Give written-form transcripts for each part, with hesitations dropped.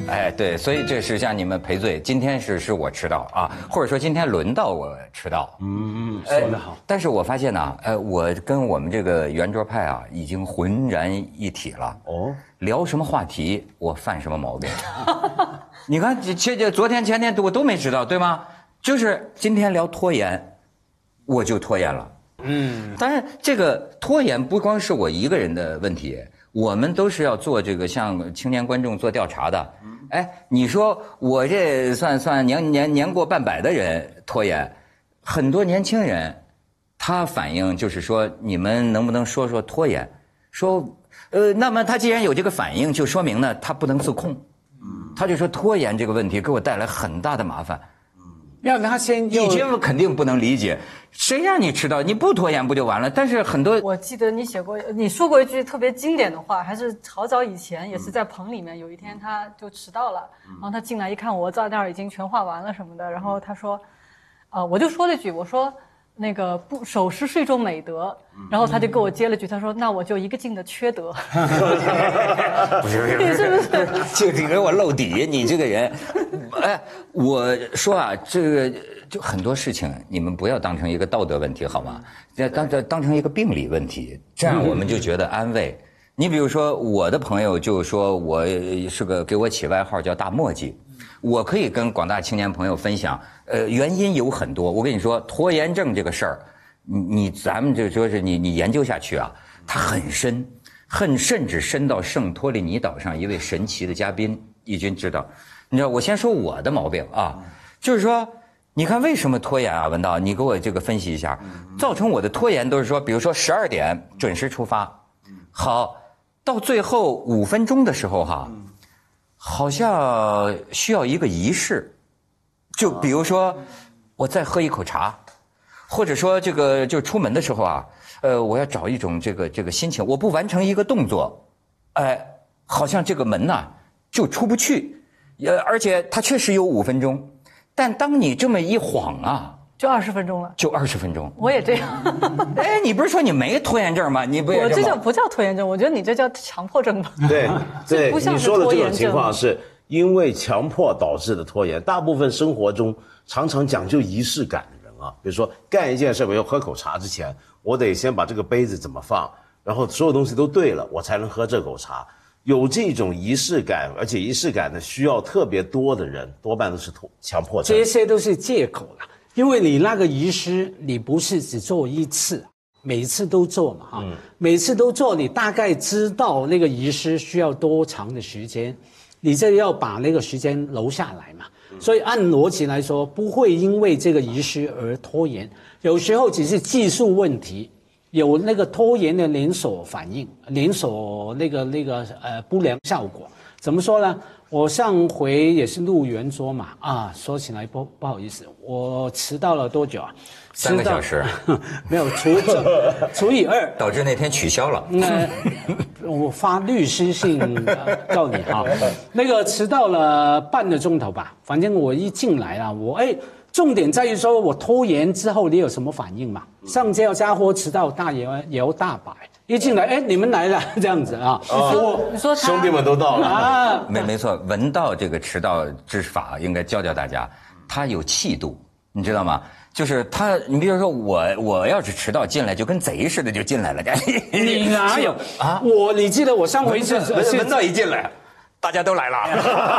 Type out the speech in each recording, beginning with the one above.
哎，对，所以这是向你们赔罪。今天是我迟到啊，或者说今天轮到我迟到。 说得好。 但是我发现呢，我跟我们这个圆桌派啊，已经浑然一体了。哦，聊什么话题，我犯什么毛病。你看，这昨天前天我都没迟到，对吗？就是今天聊拖延，我就拖延了。当然这个拖延不光是我一个人的问题，我们都是要做这个向青年观众做调查的。哎，你说我这算年过半百的人拖延，很多年轻人他反映就是说，你们能不能说说拖延？说那么他既然有这个反应，就说明呢他不能自控。他就说拖延这个问题给我带来很大的麻烦。 要他先， 你这肯定不能理解，谁让你迟到？你不拖延不就完了？但是很多， 我记得你说过一句特别经典的话，还是好早以前，也是在棚里面。有一天他就迟到了，然后他进来一看，我在那儿已经全画完了什么的，然后他说，我就说了一句，我说那个不守时是一种美德，然后他就给我接了句，他说那我就一个劲的缺德。 不是，就你给我露底，你这个人，哎，我说啊，这个就很多事情，你们不要当成一个道德问题好吗？当成一个病理问题，这样我们就觉得安慰。你比如说，我的朋友就说我是个给我起外号叫大墨迹。我可以跟广大青年朋友分享，原因有很多。我跟你说，拖延症这个事儿，咱们就说是你研究下去啊，它很深，甚至深到圣托里尼岛上一位神奇的嘉宾，义军知道。你知道，我先说我的毛病啊，就是说，你看为什么拖延啊？文道，你给我这个分析一下，造成我的拖延都是说，比如说12点准时出发，好，到最后5分钟的时候哈。好像需要一个仪式，就比如说，我再喝一口茶，或者说这个就出门的时候啊，我要找一种这个心情，我不完成一个动作，好像这个门呐就出不去，而且它确实有5分钟，但当你这么一晃啊。 就20分钟了， 就20分钟， 我也这样。 哎，你不是说你没拖延症吗？你不也我这不叫拖延症，我觉得你这叫强迫症吧。 对， 不像你说的这种情况是因为强迫导致的拖延。大部分生活中常常讲究仪式感的人啊，比如说干一件事，我要喝口茶之前，我得先把这个杯子怎么放，然后所有东西都对了，我才能喝这口茶。有这种仪式感，而且仪式感呢需要特别多的人，多半都是强迫症。 这些都是借口了。因为你那个仪式，你不是只做一次，每次都做嘛哈，每次都做，你大概知道那个仪式需要多长的时间，你这要把那个时间留下来嘛。所以按逻辑来说，不会因为这个仪式而拖延，有时候只是技术问题，有那个拖延的连锁反应，连锁不良效果。怎么说呢？我上回也是录圆桌嘛，说起来不好意思，我迟到了多久啊 ？3个小时， 没有除以2， 导致那天取消了。 我发律师信告你哈，那个迟到了半个钟头吧，反正我一进来啊，重点在于说我拖延之后你有什么反应嘛？上这家伙迟到大摇大摆。一进来，你们来了这样子啊！ 你说兄弟们都到了啊！ 没错，文道这个迟到之法应该教大家，他有气度，你知道吗？就是他，你比如说我要是迟到进来，就跟贼似的就进来了。 你哪有啊？你记得我上回是文道一进来。大家都来了，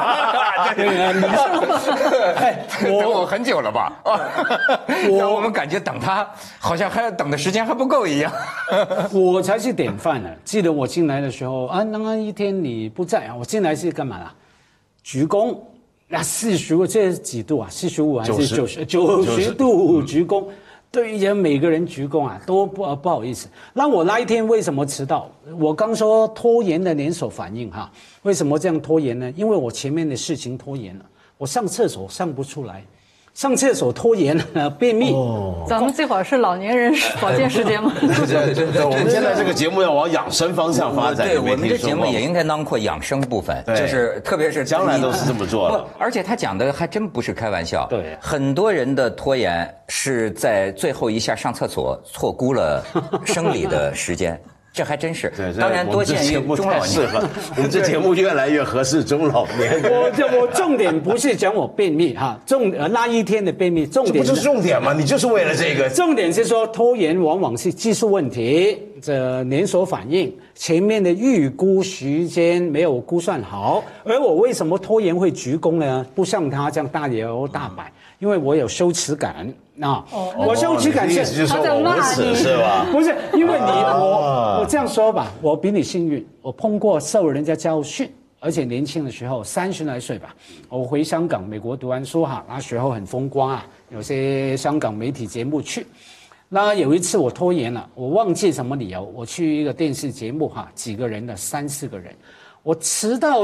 等我很久了吧？让我们感觉等他好像还等的时间还不够一样。 我才是典范呢。记得我进来的时候那一天你不在啊，我进来是干嘛啦？鞠躬，那40这几度啊？45还是90度鞠躬？对于每个人鞠躬啊，都不好意思。那我那一天为什么迟到？我刚说拖延的连锁反应哈，为什么这样拖延呢？因为我前面的事情拖延了，我上厕所上不出来，上厕所拖延了，便秘。 咱们这会儿是老年人保健时间吗？ 对，我们现在这个节目要往养生方向发展。 对，我们这节目也应该囊括养生部分，就是特别是将来都是这么做的。 而且他讲的还真不是开玩笑。 对， 很多人的拖延是在最后一下上厕所错估了生理的时间。 这还真是。 对， 当然多见于中老年。 我们这节目越来越合适中老年。 我重点不是讲我便秘哈，那一天的便秘，重点这不是重点吗？你就是为了这个。 重点是说拖延往往是技术问题，这连锁反应，前面的预估时间没有估算好。而我为什么拖延会鞠躬呢？不像他这样大摇大摆，因为我有羞耻感。我羞耻感是他在骂你是吧？ 不是，因为我这样说吧，我比你幸运，我碰过受人家教训，而且年轻的时候30来岁吧，我回香港、美国读完书哈，那时候很风光啊，有些香港媒体节目去。那有一次我拖延了，我忘记什么理由，我去一个电视节目哈，几个人的3、4个人，我迟到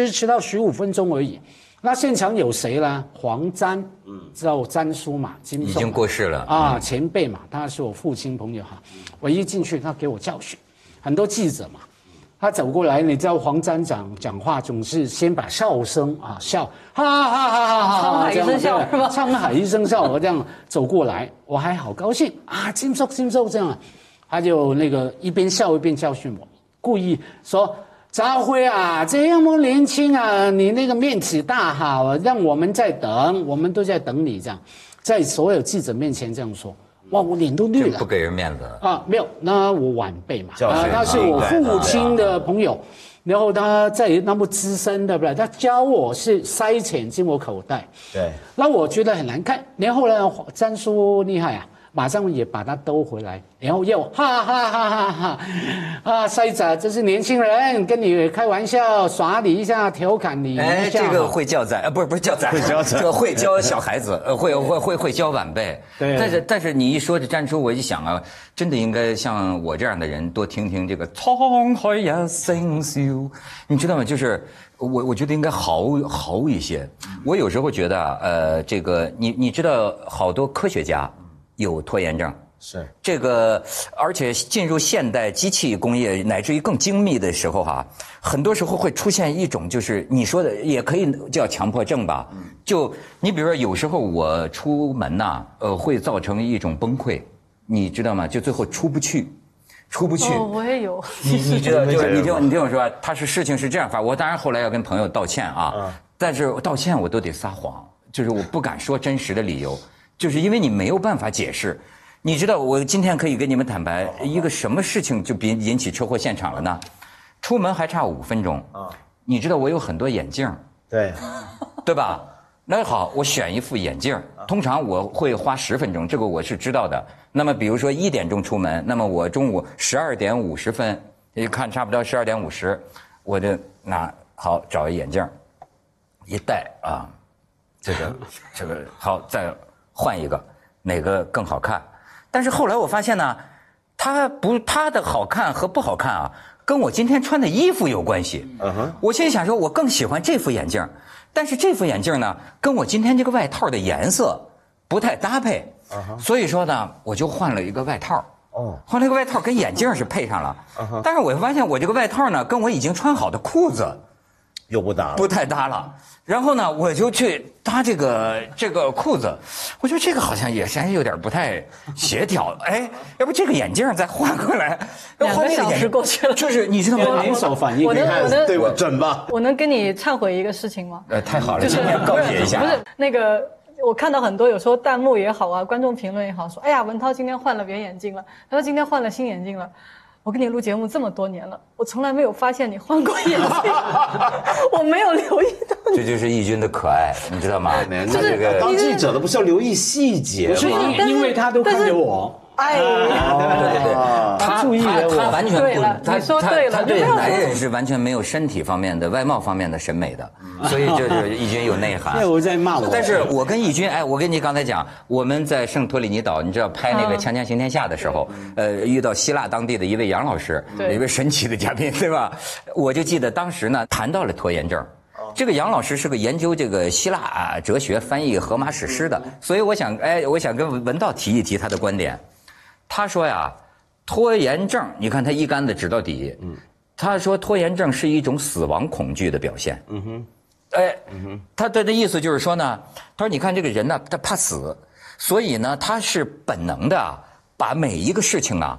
15分钟而已。那现场有谁呢？黄沾，知道詹叔嘛？金已经过世了啊，前辈嘛，他是我父亲朋友哈。我一进去，他给我教训，很多记者嘛，他走过来，你知道黄沾讲话总是先把笑声啊笑，哈哈哈哈哈， 沧海一声笑是吧？ 沧海一声笑，我这样走过来，我还好高兴啊，金叔这样，他就那个一边笑一边教训我，故意说。张辉啊，这么年轻啊，你那个面子大哈，让我们在等，我们都在等你这样，在所有记者面前这样说，哇，我脸都绿了， 不给人面子啊，没有，那我晚辈嘛，他是我父亲的朋友，然后他在那么资深对不对？他教我是塞钱进我口袋， 对， 那我觉得很难看，然后呢，詹叔厉害啊。马上也把他兜回来，然后又哈哈哈哈哈啊！塞子，这是年轻人跟你开玩笑，耍你一下，调侃你一下。 哎，这个会教仔，不是教仔， 会教仔， 这个会教小孩子，会教晚辈。 对。 但是你一说这詹叔，我一想啊，真的应该像我这样的人多听听这个沧海一声笑，你知道吗？就是我觉得应该豪一些。我有时候觉得这个你知道好多科学家。有拖延症， 是这个，而且进入现代机器工业乃至于更精密的时候哈，很多时候会出现一种就是你说的也可以叫强迫症吧。就你比如说有时候我出门呐，会造成一种崩溃，你知道吗？就最后出不去。 哦，我也有。 你知道，就是你听我说，事情是这样发，我当然后来要跟朋友道歉啊，但是道歉我都得撒谎，就是我不敢说真实的理由。就是因为你没有办法解释，你知道我今天可以跟你们坦白，一个什么事情就引起车祸现场了呢？出门还差5分钟啊！你知道我有很多眼镜，对吧？那好，我选一副眼镜，通常我会花10分钟，这个我是知道的。那么比如说1点钟出门，那么我中午12点50分，一看差不多12点50，我就好找一眼镜，一戴啊，这个好再。换一个，哪个更好看？但是后来我发现呢，它的好看和不好看啊，跟我今天穿的衣服有关系。我心里想说，我更喜欢这副眼镜，但是这副眼镜呢，跟我今天这个外套的颜色不太搭配。所以说呢，我就换了一个外套。换了一个外套跟眼镜是配上了。但是我发现我这个外套呢，跟我已经穿好的裤子又不太搭了。然后呢，我就去搭这个裤子，我觉得这个好像也有点不太协调。哎，要不这个眼镜再换过来 ？2个小时过去了， 就是你知道吗？ 连锁反应， 我能对我准吧？ 我能跟你忏悔一个事情吗？ 太好了，今天告诫一下。 不是那个，我看到很多有时候弹幕也好啊，观众评论也好，说哎呀，文涛今天换了圆眼镜了，他说今天换了新眼镜了。我跟你录节目这么多年了，我从来没有发现你换过眼镜，我没有留意到你。 这就是义军的可爱，你知道吗？ 他这个当记者的不是要留意细节吗？ 不是，因为他都看着我。 哎， 对，他注意了，他完全对了，你说对了， 他对男人是完全没有身体方面的、外貌方面的审美的，所以就是义军有内涵。 对，我在骂我。 但是我跟义军，我跟你刚才讲，我们在圣托里尼岛，你知道拍那个《锵锵行天下》的时候，遇到希腊当地的一位杨老师，一位神奇的嘉宾，对吧？我就记得当时呢谈到了拖延症。这个杨老师是个研究这个希腊哲学、翻译荷马史诗的，所以我想跟文道提一提他的观点。他说呀，拖延症，你看他一竿子指到底。他说拖延症是一种死亡恐惧的表现。他的意思就是说呢，他说你看这个人呢，他怕死，所以呢，他是本能的把每一个事情啊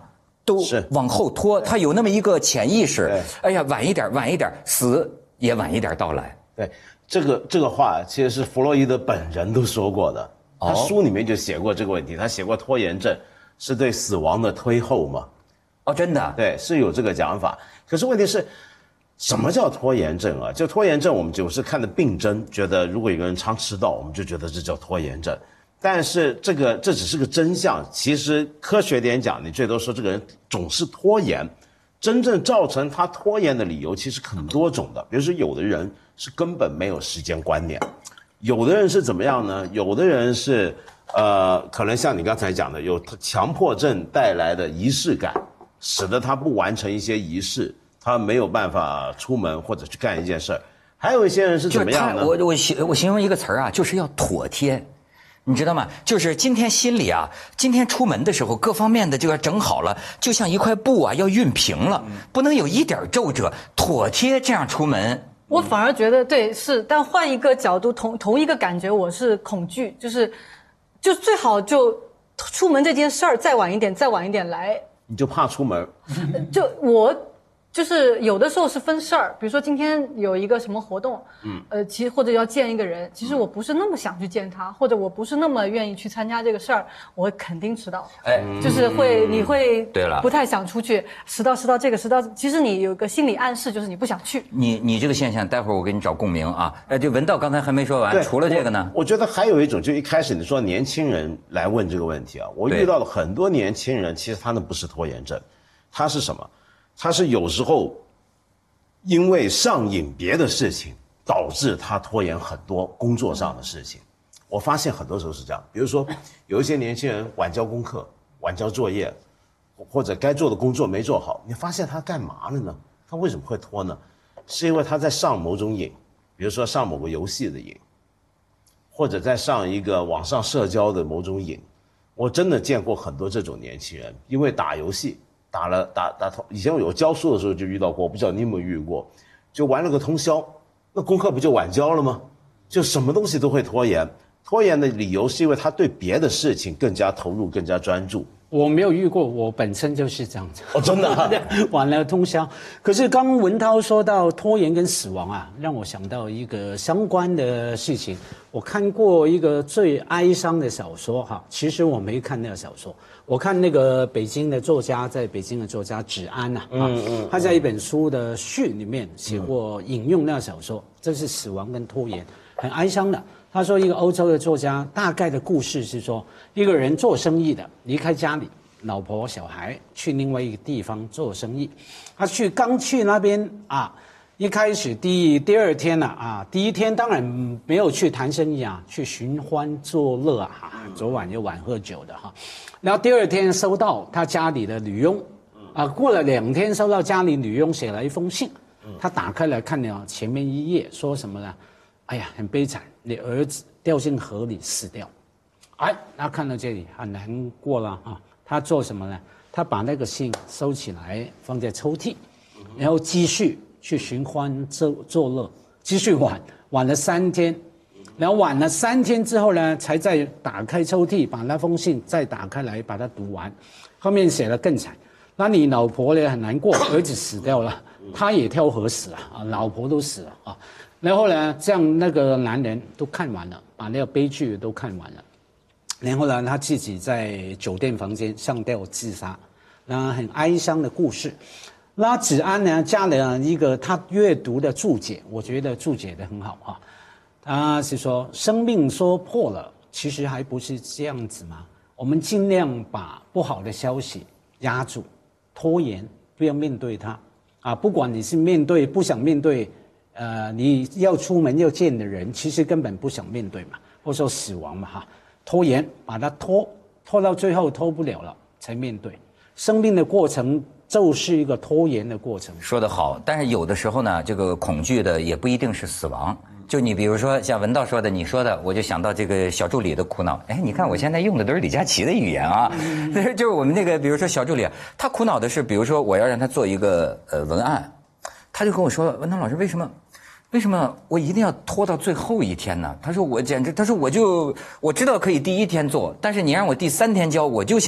都往后拖，他有那么一个潜意识。哎呀，晚一点，晚一点，死也晚一点到来。 对，这个话其实是弗洛伊德本人都说过的，他书里面就写过这个问题，他写过拖延症是对死亡的推后嘛。 哦，真的？ 对，是有这个讲法。可是问题是，什么叫拖延症啊？就拖延症，我们就是看的病症，觉得如果有个人常迟到，我们就觉得这叫拖延症。但是这只是个真相，其实科学点讲，你最多说这个人总是拖延，真正造成他拖延的理由其实很多种的。比如说，有的人是根本没有时间观念，有的人是怎么样呢？有的人是可能像你刚才讲的，有强迫症带来的仪式感，使得他不完成一些仪式，他没有办法出门或者去干一件事儿。还有一些人是怎么样呢？ 我形容一个词儿啊，就是要妥帖。你知道吗？就是今天心里啊，今天出门的时候，各方面的就要整好了，就像一块布啊，要熨平了，不能有一点皱褶，妥帖这样出门。 我反而觉得对是，但换一个角度，同一个感觉，我是恐惧，就最好就出门这件事儿再晚一点来。 你就怕出门？ 就我。就是有的时候是分事儿，比如说今天有一个什么活动，其实或者要见一个人，其实我不是那么想去见他，或者我不是那么愿意去参加这个事儿，我肯定迟到。就是你会对了， 不太想出去，迟到，其实你有个心理暗示，就是你不想去。 你这个现象，待会儿我给你找共鸣啊。就文道刚才还没说完，除了这个呢， 我觉得还有一种，就一开始你说年轻人来问这个问题啊，我遇到了很多年轻人，其实他那不是拖延症，他是什么？他是有时候因为上瘾别的事情，导致他拖延很多工作上的事情。我发现很多时候是这样，比如说有一些年轻人晚交功课、晚交作业，或者该做的工作没做好，你发现他干嘛了呢？他为什么会拖呢？是因为他在上某种瘾，比如说上某个游戏的瘾，或者在上一个网上社交的某种瘾。我真的见过很多这种年轻人，因为打游戏打以前我教书的时候就遇到过，我不知道你有没有遇过，就玩了个通宵，那功课不就晚交了吗？就什么东西都会拖延，拖延的理由是因为他对别的事情更加投入、更加专注。 我没有遇过，我本身就是这样子。 哦，真的啊？ 玩了通宵。可是刚文涛说到拖延跟死亡啊，让我想到一个相关的事情。我看过一个最哀伤的小说哈，其实我没看那个小说，我看那个北京的作家芷安啊，他在一本书的序里面写过引用那个小说，这是死亡跟拖延，很哀伤的。他说一个欧洲的作家，大概的故事是说，一个人做生意的离开家里，老婆小孩去另外一个地方做生意，他刚去那边啊，一开始第二天了啊，第一天当然没有去谈生意啊，去寻欢作乐啊，昨晚又晚喝酒的哈。然后第二天收到他家里的女佣，过了2天收到家里女佣写了一封信，他打开来看了前面一页，说什么呢？哎呀，很悲惨，你儿子掉进河里死掉。哎，他看到这里很难过了啊。他做什么呢？他把那个信收起来放在抽屉，然后继续去寻欢作乐，继续晚了3天，然后晚了3天之后呢，才再打开抽屉，把那封信再打开来把它读完。后面写了更惨，那你老婆呢很难过，儿子死掉了，他也跳河死了啊，老婆都死了啊。然后呢，这样那个男人都看完了，把那个悲剧都看完了。然后呢，他自己在酒店房间上吊自杀，那很哀伤的故事。那芷安呢，加了一个他阅读的注解，我觉得注解的很好啊。他是说，生命说破了，其实还不是这样子嘛。我们尽量把不好的消息压住，拖延，不要面对它啊。不管你是面对不想面对。你要出门要见的人，其实根本不想面对嘛，或者说死亡嘛哈，拖延把它拖到最后拖不了了才面对，生命的过程就是一个拖延的过程。 说得好，但是有的时候呢，这个恐惧的也不一定是死亡。就你比如说像文道说的，你说的，我就想到这个小助理的苦恼。哎，你看我现在用的都是李佳琦的语言啊，就是我们那个，比如说小助理，他苦恼的是，比如说我要让他做一个文案，他就跟我说，文涛老师为什么我一定要拖到最后一天呢？他说我知道可以第1天做，但是你让我第3天交，我就想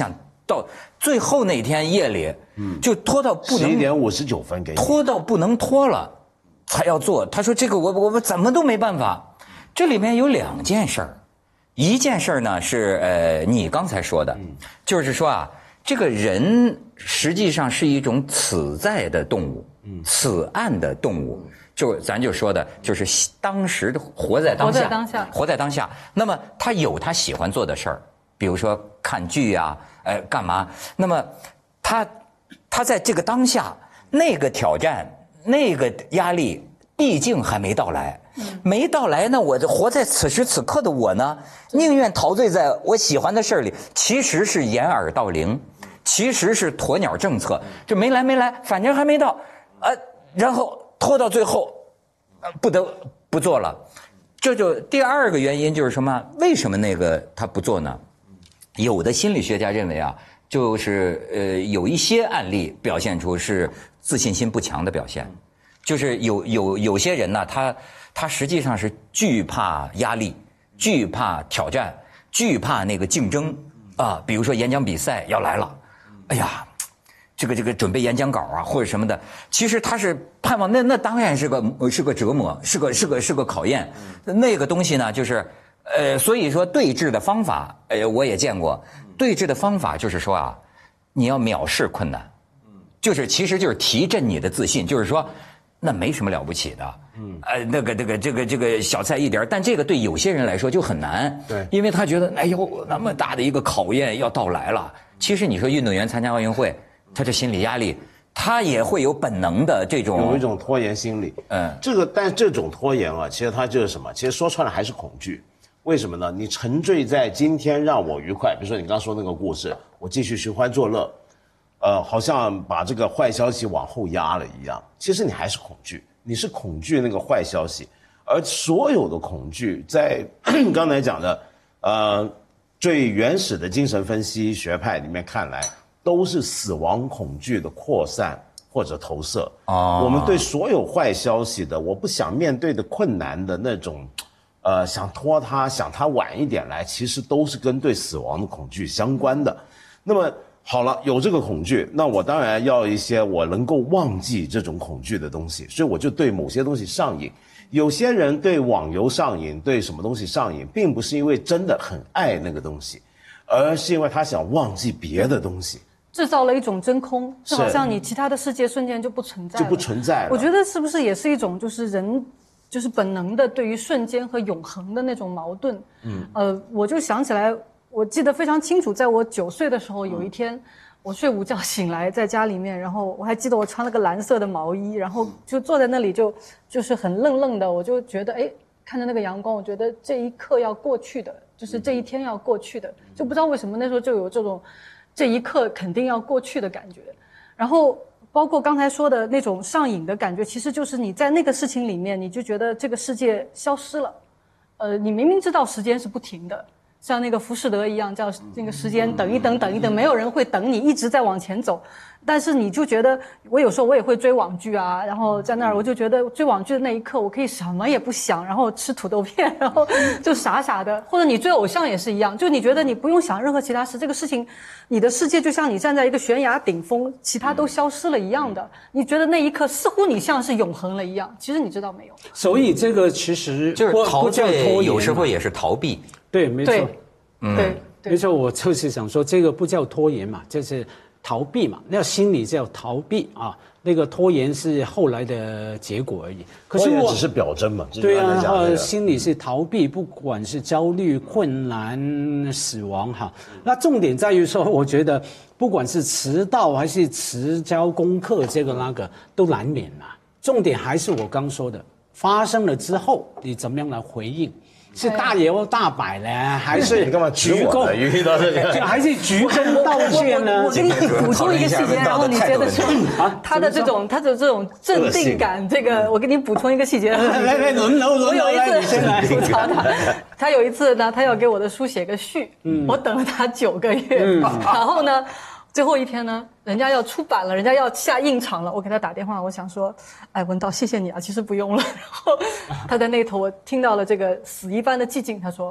到最后那天夜里，就拖到不能 11:59给你， 拖到不能拖了，还要做。他说这个我怎么都没办法。这里面有2件事儿，一件事儿呢是你刚才说的，就是说啊，这个人实际上是一种此在的动物，此岸的动物。咱就说的，就是当时的活在当下，活在当下。那么他有他喜欢做的事儿，比如说看剧啊，干嘛？那么他在这个当下，那个挑战，那个压力，毕竟还没到来。没到来呢，我就活在此时此刻的我呢，宁愿陶醉在我喜欢的事儿里，其实是掩耳盗铃，其实是鸵鸟政策，就没来，反正还没到，然后拖到最后，不得不做了。这就第2个原因就是什么？为什么那个他不做呢？有的心理学家认为啊，就是有一些案例表现出是自信心不强的表现，就是有些人呢，他实际上是惧怕压力，惧怕挑战，惧怕那个竞争啊，比如说演讲比赛要来了，哎呀，这个准备演讲稿啊或者什么的，其实他是盼望那当然是个折磨，是个考验。那个东西呢，就是所以说对峙的方法，我也见过，对峙的方法就是说啊，你要藐视困难，其实就是提振你的自信，就是说那没什么了不起的。这个小菜一碟，但这个对有些人来说就很难，对，因为他觉得哎呦那么大的一个考验要到来了。其实你说运动员参加奥运会，他这心理压力，他也会有本能的这种有一种拖延心理。但这种拖延啊，其实它就是什么？其实说穿了还是恐惧。为什么呢？你沉醉在今天让我愉快，比如说你刚刚说那个故事，我继续寻欢作乐，好像把这个坏消息往后压了一样。其实你还是恐惧。你是恐惧那个坏消息，而所有的恐惧在刚才讲的最原始的精神分析学派里面看来，都是死亡恐惧的扩散或者投射。我们对所有坏消息的，我不想面对的困难的那种想拖它，想它晚一点来，其实都是跟对死亡的恐惧相关的。那么好了，有这个恐惧，那我当然要一些我能够忘记这种恐惧的东西，所以我就对某些东西上瘾。有些人对网游上瘾，对什么东西上瘾，并不是因为真的很爱那个东西，而是因为他想忘记别的东西， 制造了一种真空，就好像你其他的世界瞬间就不存在了。我觉得是不是也是一种就是人就是本能的对于瞬间和永恒的那种矛盾？我就想起来。我记得非常清楚，在我9岁的时候，有一天我睡午觉醒来，在家里面，然后我还记得我穿了个蓝色的毛衣，然后就坐在那里就是很愣的，我就觉得看着那个阳光，我觉得这一刻要过去的，就是这一天要过去的，就不知道为什么那时候就有这种这一刻肯定要过去的感觉。然后包括刚才说的那种上瘾的感觉，其实就是你在那个事情里面，你就觉得这个世界消失了，你明明知道时间是不停的。像那个浮士德一样，叫那个时间等一等，没有人会等你，一直在往前走。但是你就觉得，我有时候我也会追网剧啊，然后在那儿我就觉得追网剧的那一刻，我可以什么也不想，然后吃土豆片，然后就傻傻的。或者你追偶像也是一样，就你觉得你不用想任何其他事，这个事情，你的世界就像你站在一个悬崖顶峰，其他都消失了一样的。你觉得那一刻似乎你像是永恒了一样，其实你知道没有。 所以这个其实就是逃避，有时候也是逃避。 对，没错。 对， 没错，我就是想说，这个不叫拖延嘛，就是逃避嘛。那心理叫逃避啊，那个拖延是后来的结果而已。可是我只是表征嘛。 对啊，心理是逃避，不管是焦虑、困难、死亡哈。那重点在于说，我觉得不管是迟到还是迟交功课，这个那个都难免嘛。重点还是我刚说的，发生了之后你怎么样来回应。是大摇大摆呢，还是你干嘛鞠躬？遇到这个， 还是鞠躬道歉呢？ 我给你补充一个细节，然后你接着说他的这种镇定感，这个我给你补充一个细节。 来轮流，我有一次吐槽他有一次呢，他要给我的书写个序，我等了他9个月，然后呢。最后一天呢，人家要出版了，人家要下印厂了，我给他打电话，我想说，文道，谢谢你啊，其实不用了。然后他在那头，我听到了这个死一般的寂静，他说，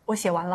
我写完了，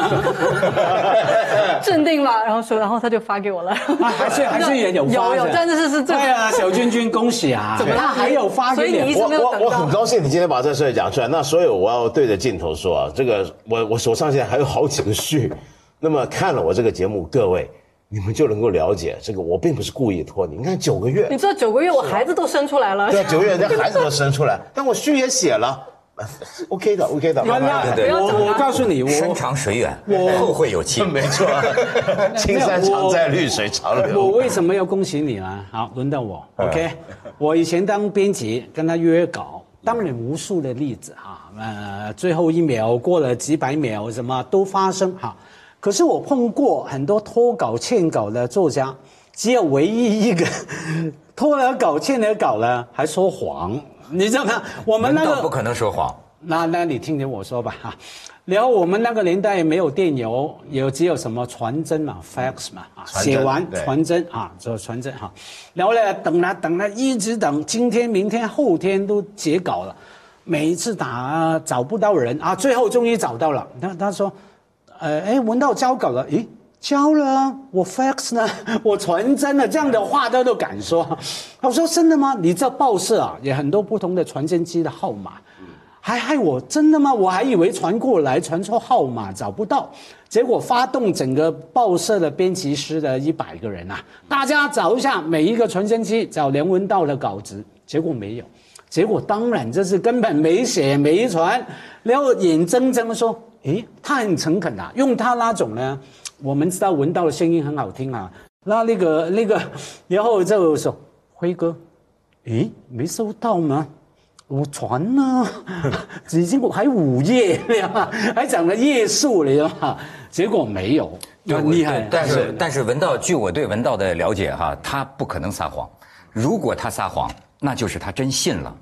镇定了，然后说，然后他就发给我了。 还是也有发有，真的是这。 对啊，小君君恭喜啊！ 怎么他还有发给你？ 所以你一直没有等到。 我很高兴你今天把这事讲出来。那所以我要对着镜头说啊，这个我手上现在还有好几个序，那么看了我这个节目，各位你们就能够了解这个，我并不是故意拖你。你看9个月， 你知道9个月我孩子都生出来了。 对，9个月人家孩子都生出来，但我序也写了。OK 的。 我告诉你， 山长水远，后会有期。 没错，青山常在，绿水长流。 我为什么要恭喜你呢？好，轮到我。OK， 我以前当编辑，跟他约稿，当然无数的例子哈，最后1秒过了几百秒，什么都发生哈。可是我碰过很多拖稿欠稿的作家，只有唯一一个拖了稿欠了稿了还说谎。你知道吗？我们那个不可能说谎。 那你听听我说吧哈。然后我们那个年代没有电邮，只有什么传真嘛 ，fax 嘛啊，写完传真啊，就传真哈。然后呢，等了，一直等，今天、明天、后天都截稿了，每一次打找不到人啊，最后终于找到了。他说，文道交稿了，咦？交了，我 fax 呢，我传真了，这样的话他都敢说。我说真的吗？你这报社啊，有很多不同的传真机的号码，还害我真的吗？我还以为传过来传错号码找不到，结果发动整个报社的编辑室的100个人啊，大家找一下每一个传真机找梁文道的稿子，结果没有，结果当然这是根本没写没传，然后眼睁睁说，他很诚恳啊，用他那种呢。我们知道文道的声音很好听啊，那个，然后就说辉哥，没收到吗？我传了，已经还5页了，还讲了页数了嘛，结果没有，很厉害。 但是文道，据我对文道的了解哈，他不可能撒谎，如果他撒谎，那就是他真信了。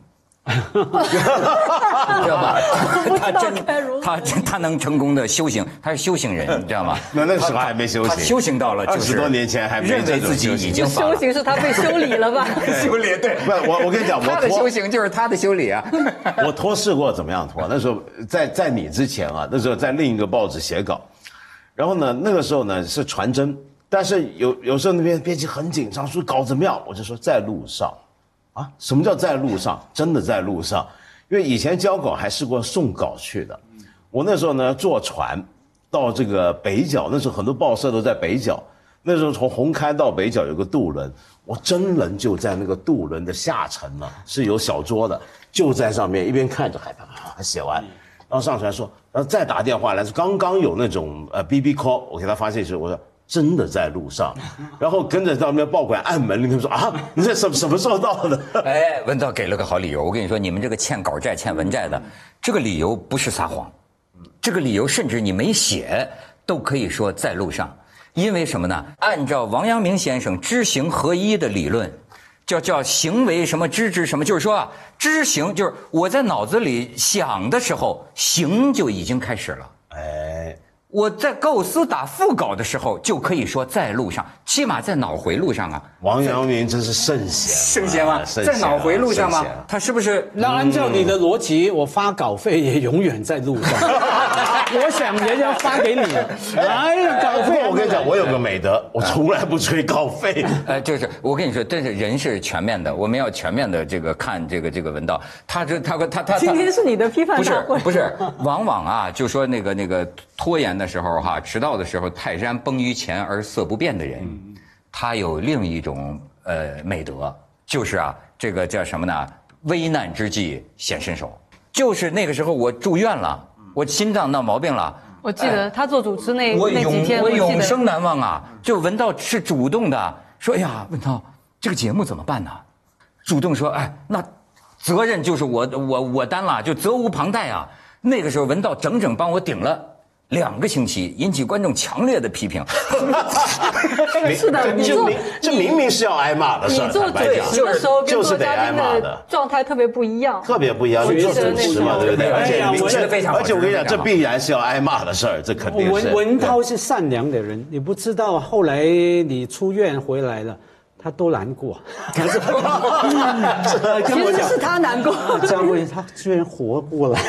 知道吧？他能成功的修行，他是修行人，你知道吗？ 那个时候还没修行， 他修行到了 20多年前还没认为自己已经修行是他被修理了吧？ 修理对， 不，我跟你讲， 他的修行就是他的修理啊。 我拖试过怎么样拖？那时候在你之前啊，那时候在另一个报纸写稿，然后呢，那个时候呢是传真，但是有时候那边编辑很紧张，说稿怎么样？我就说在路上。啊，什么叫在路上？真的在路上，因为以前交稿还试过送稿去的。我那时候呢坐船到这个北角，那时候很多报社都在北角。那时候从红磡到北角有个渡轮，我真人就在那个渡轮的下层呢，是有小桌的，就在上面一边看着海报写完，然后上船说，然后再打电话来，刚刚有那种BB call， 我给他发信息，我说。真的在路上，然后跟着到那边报馆按门铃，他们说啊，你这什么时候到的？ 文道给了个好理由。我跟你说，你们这个欠稿债、欠文债的，这个理由不是撒谎，这个理由甚至你没写都可以说在路上，因为什么呢？按照王阳明先生知行合一的理论，叫行为什么知什么，就是说啊，知行就是我在脑子里想的时候，行就已经开始了。我在构思打副稿的时候，就可以说在路上，起码在脑回路上啊。 王阳明真是圣贤， 圣贤吗？在脑回路上吗？他是不是？ 那按照你的逻辑，我发稿费也永远在路上。我想人家发给你，哎呀，稿费。 我跟你讲，我有个美德，我从来不催稿费。 就是我跟你说，但是人是全面的，我们要全面的这个看这个文道。他今天是你的批判大会。 不是，往往啊，就说那个拖延的时候哈，迟到的时候，泰山崩于前而色不变的人，他有另一种美德，就是啊，这个叫什么呢？危难之际显身手。就是那个时候我住院了，我心脏闹毛病了。 我记得他做主持那几天， 我永生难忘啊！就文道是主动的说：“哎呀，文道，这个节目怎么办呢？”主动说：“哎，那责任就是我担了，就责无旁贷啊。”那个时候文道整整帮我顶了2个星期，引起观众强烈的批评。 是的， 这明明是要挨骂的事儿。 你做主持的时候跟做嘉宾的状态特别不一样， 特别不一样。你做主持嘛，对不对？而且我跟你讲，这必然是要挨骂的事儿，这肯定是。 文涛是善良的人，你不知道后来你出院回来了， 他都难过， 其实是他难过。 张辉他居然活过来，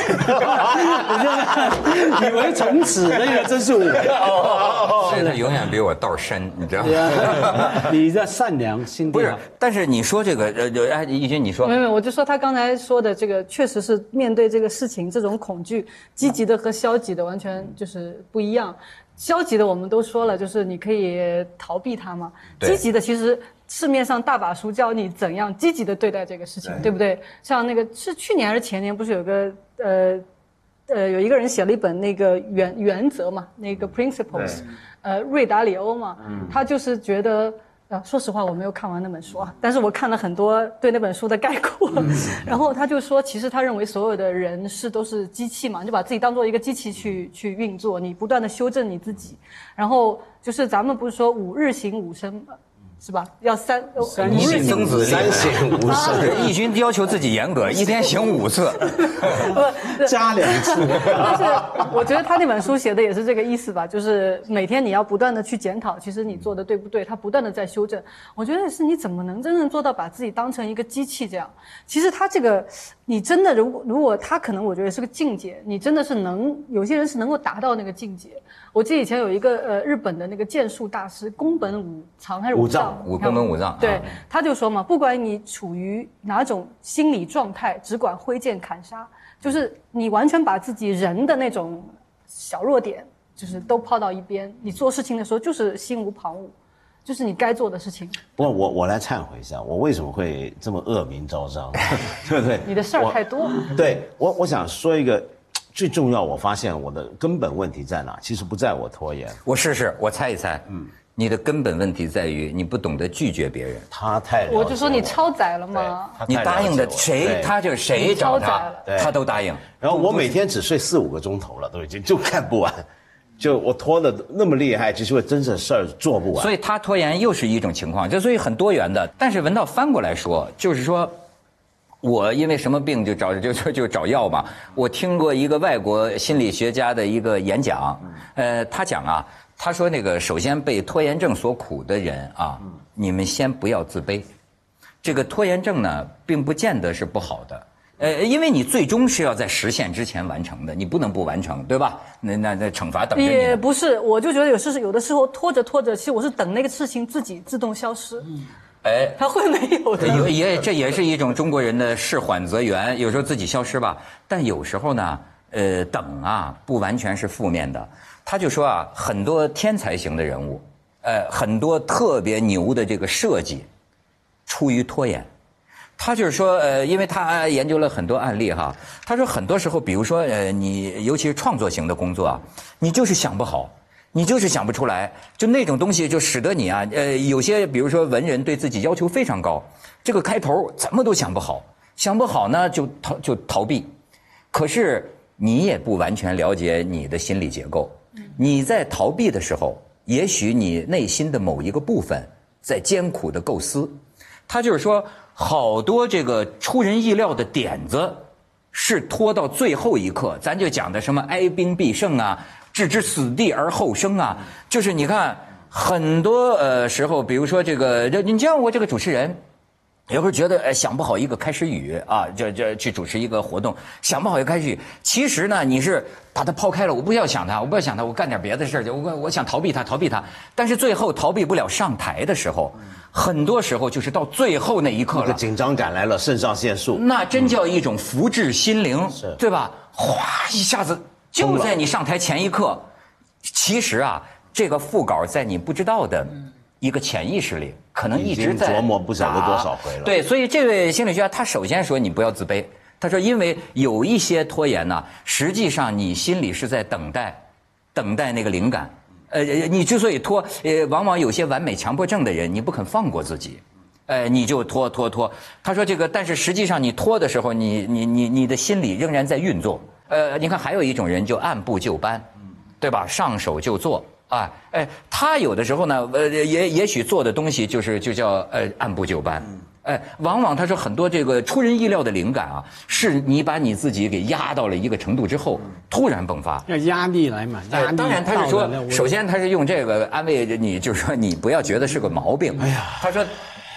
以为从此那个真是我。 所以他永远比我道深，你知道吗？ 你的善良心地不是，但是你说这个义军你说没有，我就说他刚才说的这个，确实是面对这个事情这种恐惧，积极的和消极的完全就是不一样。消极的我们都说了，就是你可以逃避它嘛。积极的其实市面上大把书教你怎样积极的对待这个事情，对不对？像那个是去年还是前年，不是有个有一个人写了一本那个原则嘛，那个 principles，瑞达里欧嘛，他就是觉得。说实话，我没有看完那本书啊，但是我看了很多对那本书的概括。然后他就说，其实他认为所有的人事都是机器嘛，你就把自己当做一个机器去运作，你不断的修正你自己。然后就是咱们不是说5日行5生吗？是吧？要3 日行子 3省吾身。 义军要求自己严格，1天行5次， 加2次。 但是我觉得他那本书写的也是这个意思吧，就是每天你要不断的去检讨，其实你做的对不对，他不断的在修正。我觉得是你怎么能真正做到把自己当成一个机器这样？其实他这个，你真的如果他可能我觉得是个境界，你真的是有些人是能够达到那个境界。我记得以前有一个日本的那个剑术大师宫本武藏还是武藏。 宫本武藏， 对，他就说嘛，不管你处于哪种心理状态，只管挥剑砍杀，就是你完全把自己人的那种小弱点，就是都抛到一边，你做事情的时候就是心无旁骛，就是你该做的事情。 不过我来忏悔一下，我为什么会这么恶名昭彰，对不对？ 你的事儿太多。 对，我想说一个。最重要，我发现我的根本问题在哪？其实不在我拖延。 我试试，我猜一猜。你的根本问题在于你不懂得拒绝别人。 他太了解我就说你超载了吗？ 你答应的谁，他就谁找他，他都答应。 然后我每天只睡4-5个钟头了，都已经就看不完。就我拖得那么厉害，就是因为真正事儿做不完。 所以他拖延又是一种情况，就所以很多元的。但是文道翻过来说，就是说。我因为什么病就找药嘛。我听过一个外国心理学家的一个演讲，他讲啊，他说那个首先被拖延症所苦的人啊，你们先不要自卑。这个拖延症呢，并不见得是不好的，因为你最终是要在实现之前完成的，你不能不完成，对吧？那惩罚等着你。 也不是，我就觉得有的时候拖着拖着，其实我是等那个事情自己自动消失。他会没有的。 这也是一种中国人的事缓则圆，有时候自己消失吧。但有时候呢，等啊，不完全是负面的。他就说啊，很多天才型的人物，很多特别牛的这个设计，出于拖延。他就是说，因为他研究了很多案例哈，他说很多时候，比如说你尤其是创作型的工作啊，你就是想不好。你就是想不出来，就那种东西就使得你啊，有些比如说文人对自己要求非常高，这个开头怎么都想不好，想不好呢就逃避。可是你也不完全了解你的心理结构，你在逃避的时候，也许你内心的某一个部分在艰苦的构思。他就是说，好多这个出人意料的点子，是拖到最后一刻，咱就讲的什么哀兵必胜啊。置之死地而后生啊，就是你看很多时候，比如说这个，你像我这个主持人，有时候觉得想不好一个开始语啊，这去主持一个活动，想不好一个开始语，其实呢你是把它抛开了，我不要想它，我干点别的事儿，我想逃避它，但是最后逃避不了上台的时候，很多时候就是到最后那一刻了， 那个紧张感来了，肾上腺素， 那真叫一种福至心灵，对吧？哗一下子。就在你上台前一刻，其实啊，这个副稿在你不知道的一个潜意识里，可能一直在琢磨不晓得多少回了。 对，所以这位心理学家他首先说你不要自卑，他说因为有一些拖延呢，实际上你心里是在等待那个灵感。你之所以拖，往往有些完美强迫症的人，你不肯放过自己。你就拖。他说这个，但是实际上你拖的时候，你的心里仍然在运作。你看还有一种人就按部就班，对吧？上手就做啊，他有的时候呢，也许做的东西就叫按部就班，往往他说很多这个出人意料的灵感啊，是你把你自己给压到了一个程度之后，突然迸发。 要压力来嘛，压力。 当然他是说，首先他是用这个安慰你，就是说你不要觉得是个毛病。哎呀，他说。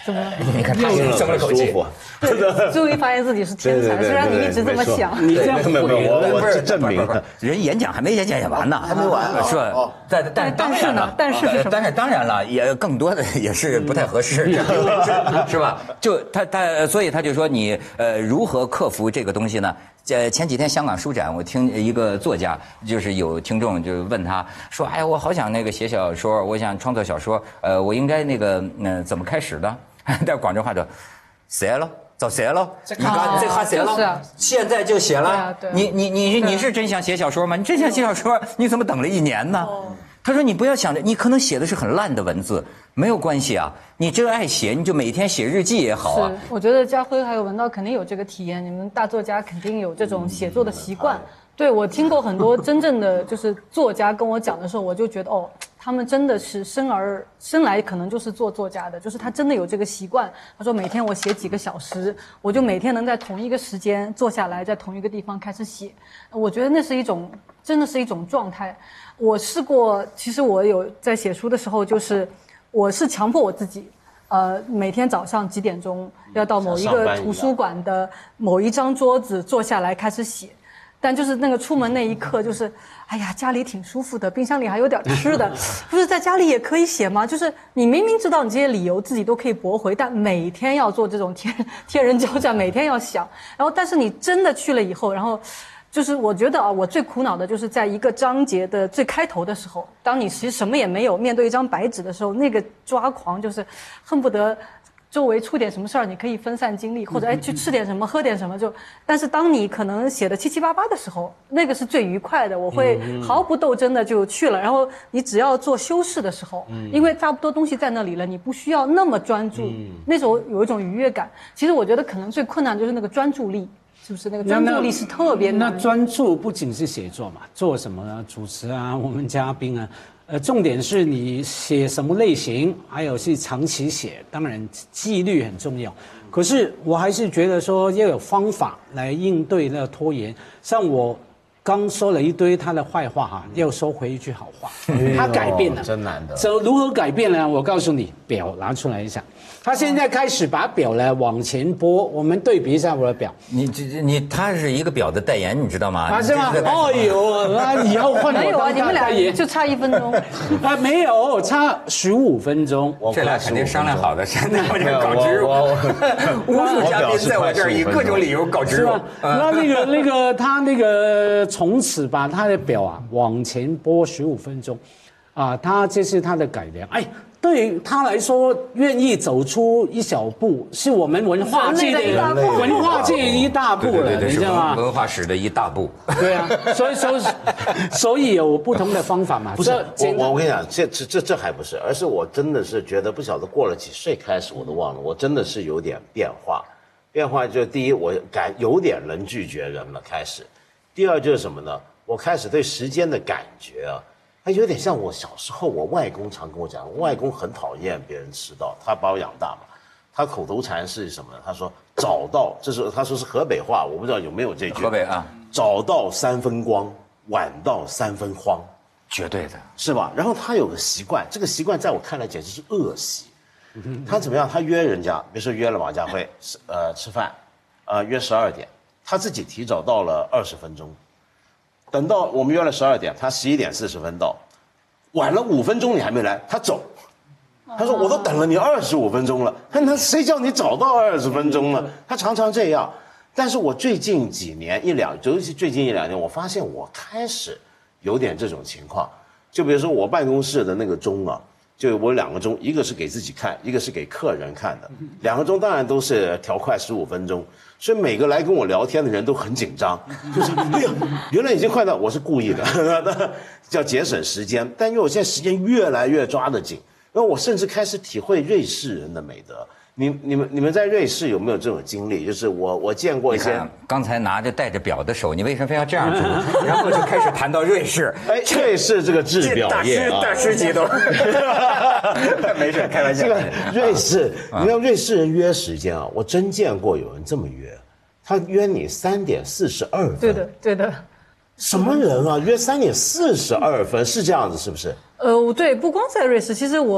怎么了？ 你看他也松了口气。 对，终于发现自己是天才，虽然你一直这么想。 你这样我是证明了， 人演讲还没演完呢， 还没完是吧？但是呢， 但是是什么？ 但是当然了，也更多的也是不太合适，是吧？就他，所以他就说你如何克服这个东西呢？前几天香港书展，我听一个作家，就是有听众就问他说：“哎呀，我好想那个写小说，我想创作小说，我应该那个怎么开始的？”但广州话说：“写了。”早写了，你看这还写了，现在就写了。你是真想写小说吗？你真想写小说，你怎么等了1年呢？他说你不要想着，你可能写的是很烂的文字，没有关系啊。你真爱写，你就每天写日记也好啊。 是，我觉得家辉还有文道肯定有这个体验，你们大作家肯定有这种写作的习惯。对，我听过很多真正的就是作家跟我讲的时候，我就觉得哦，他们真的是生来可能就是做作家的，就是他真的有这个习惯。他说每天我写几个小时，我就每天能在同一个时间坐下来，在同一个地方开始写。我觉得那是一种，真的是一种状态。我试过，其实我有在写书的时候，就是我是强迫我自己，每天早上几点钟要到某一个图书馆的某一张桌子坐下来开始写。但就是那个出门那一刻，就是哎呀，家里挺舒服的，冰箱里还有点吃的，不是在家里也可以写吗？就是你明明知道你这些理由自己都可以驳回，但每天要做这种天人交战，每天要想，然后但是你真的去了以后，然后就是我觉得啊，我最苦恼的就是在一个章节的最开头的时候，当你其实什么也没有，面对一张白纸的时候，那个抓狂就是恨不得周围出点什么事儿，你可以分散精力，或者去吃点什么，喝点什么，但是当你可能写的七七八八的时候，那个是最愉快的，我会毫不斗争的就去了。然后你只要做修饰的时候，因为差不多东西在那里了，你不需要那么专注，那时候有一种愉悦感。其实我觉得可能最困难就是那个专注力。是不是那个专注力是特别难？ 那专注不仅是写作嘛，做什么呢？主持啊，我们嘉宾啊，重点是你写什么类型，还有是长期写，当然纪律很重要。可是我还是觉得说要有方法来应对那个拖延。像我刚说了一堆他的坏话哈，要收回一句好话。他改变了， 真难得。 如何改变呢？我告诉你，表拿出来一下。他现在开始把表呢往前拨，我们对比一下我的表。 他是一个表的代言，你知道吗？ 啊，是吗？哦呦，那以后换没有啊，你们俩就差1分钟。 啊，没有，差15分钟。 这俩肯定商量好的，现在我就搞植入。无数嘉宾在我这儿以各种理由搞植入。 那个他那个从此把他的表啊往前拨15分钟，啊，这是他的改良。哎。对于他来说，愿意走出一小步，是我们文化界的一大步了，你知道吗？ 文化史的一大步。 对啊，所以有不同的方法嘛。 不是，我跟你讲，这还不是，而是我真的是觉得不晓得过了几岁开始，我都忘了，我真的是有点变化。变化就第一，我有点能拒绝人了，开始；第二就是什么呢？我开始对时间的感觉啊。他有点像我小时候，我外公常跟我讲，我外公很讨厌别人迟到，他把我养大嘛。他口头禅是什么呢？他说早到，他说是河北话，我不知道有没有这句。 河北啊， 早到3分光，晚到3分慌， 绝对的是吧？然后他有个习惯，这个习惯在我看来简直是恶习。他怎么样？他约人家，比如说约了王家辉，吃饭，约12点，他自己提早到了20分钟。等到我们约了12点，他11点40分到，晚了5分钟你还没来，他走。他说我都等了你25分钟了，那谁叫你早到20分钟呢？他常常这样。但是我最近几年尤其最近1-2年，我发现我开始有点这种情况。就比如说我办公室的那个钟啊，就我2个钟，一个是给自己看，一个是给客人看的。2个钟当然都是调快15分钟。所以每个来跟我聊天的人都很紧张，就是哎呀，原来已经快到，我是故意的，叫节省时间。但因为我现在时间越来越抓得紧，然后我甚至开始体会瑞士人的美德。你们在瑞士有没有这种经历？就是我见过一些， 刚才带着表的手，你为什么非要这样做？然后就开始谈到瑞士。 哎，瑞士这个制表业啊， 大师级都。没事，开玩笑。 这个瑞士，你看瑞士人约时间啊，我真见过有人这么约，他约你3点42分。 对的。 什么人啊？约3点42分是这样子是不是？ 对，不光在瑞士，其实我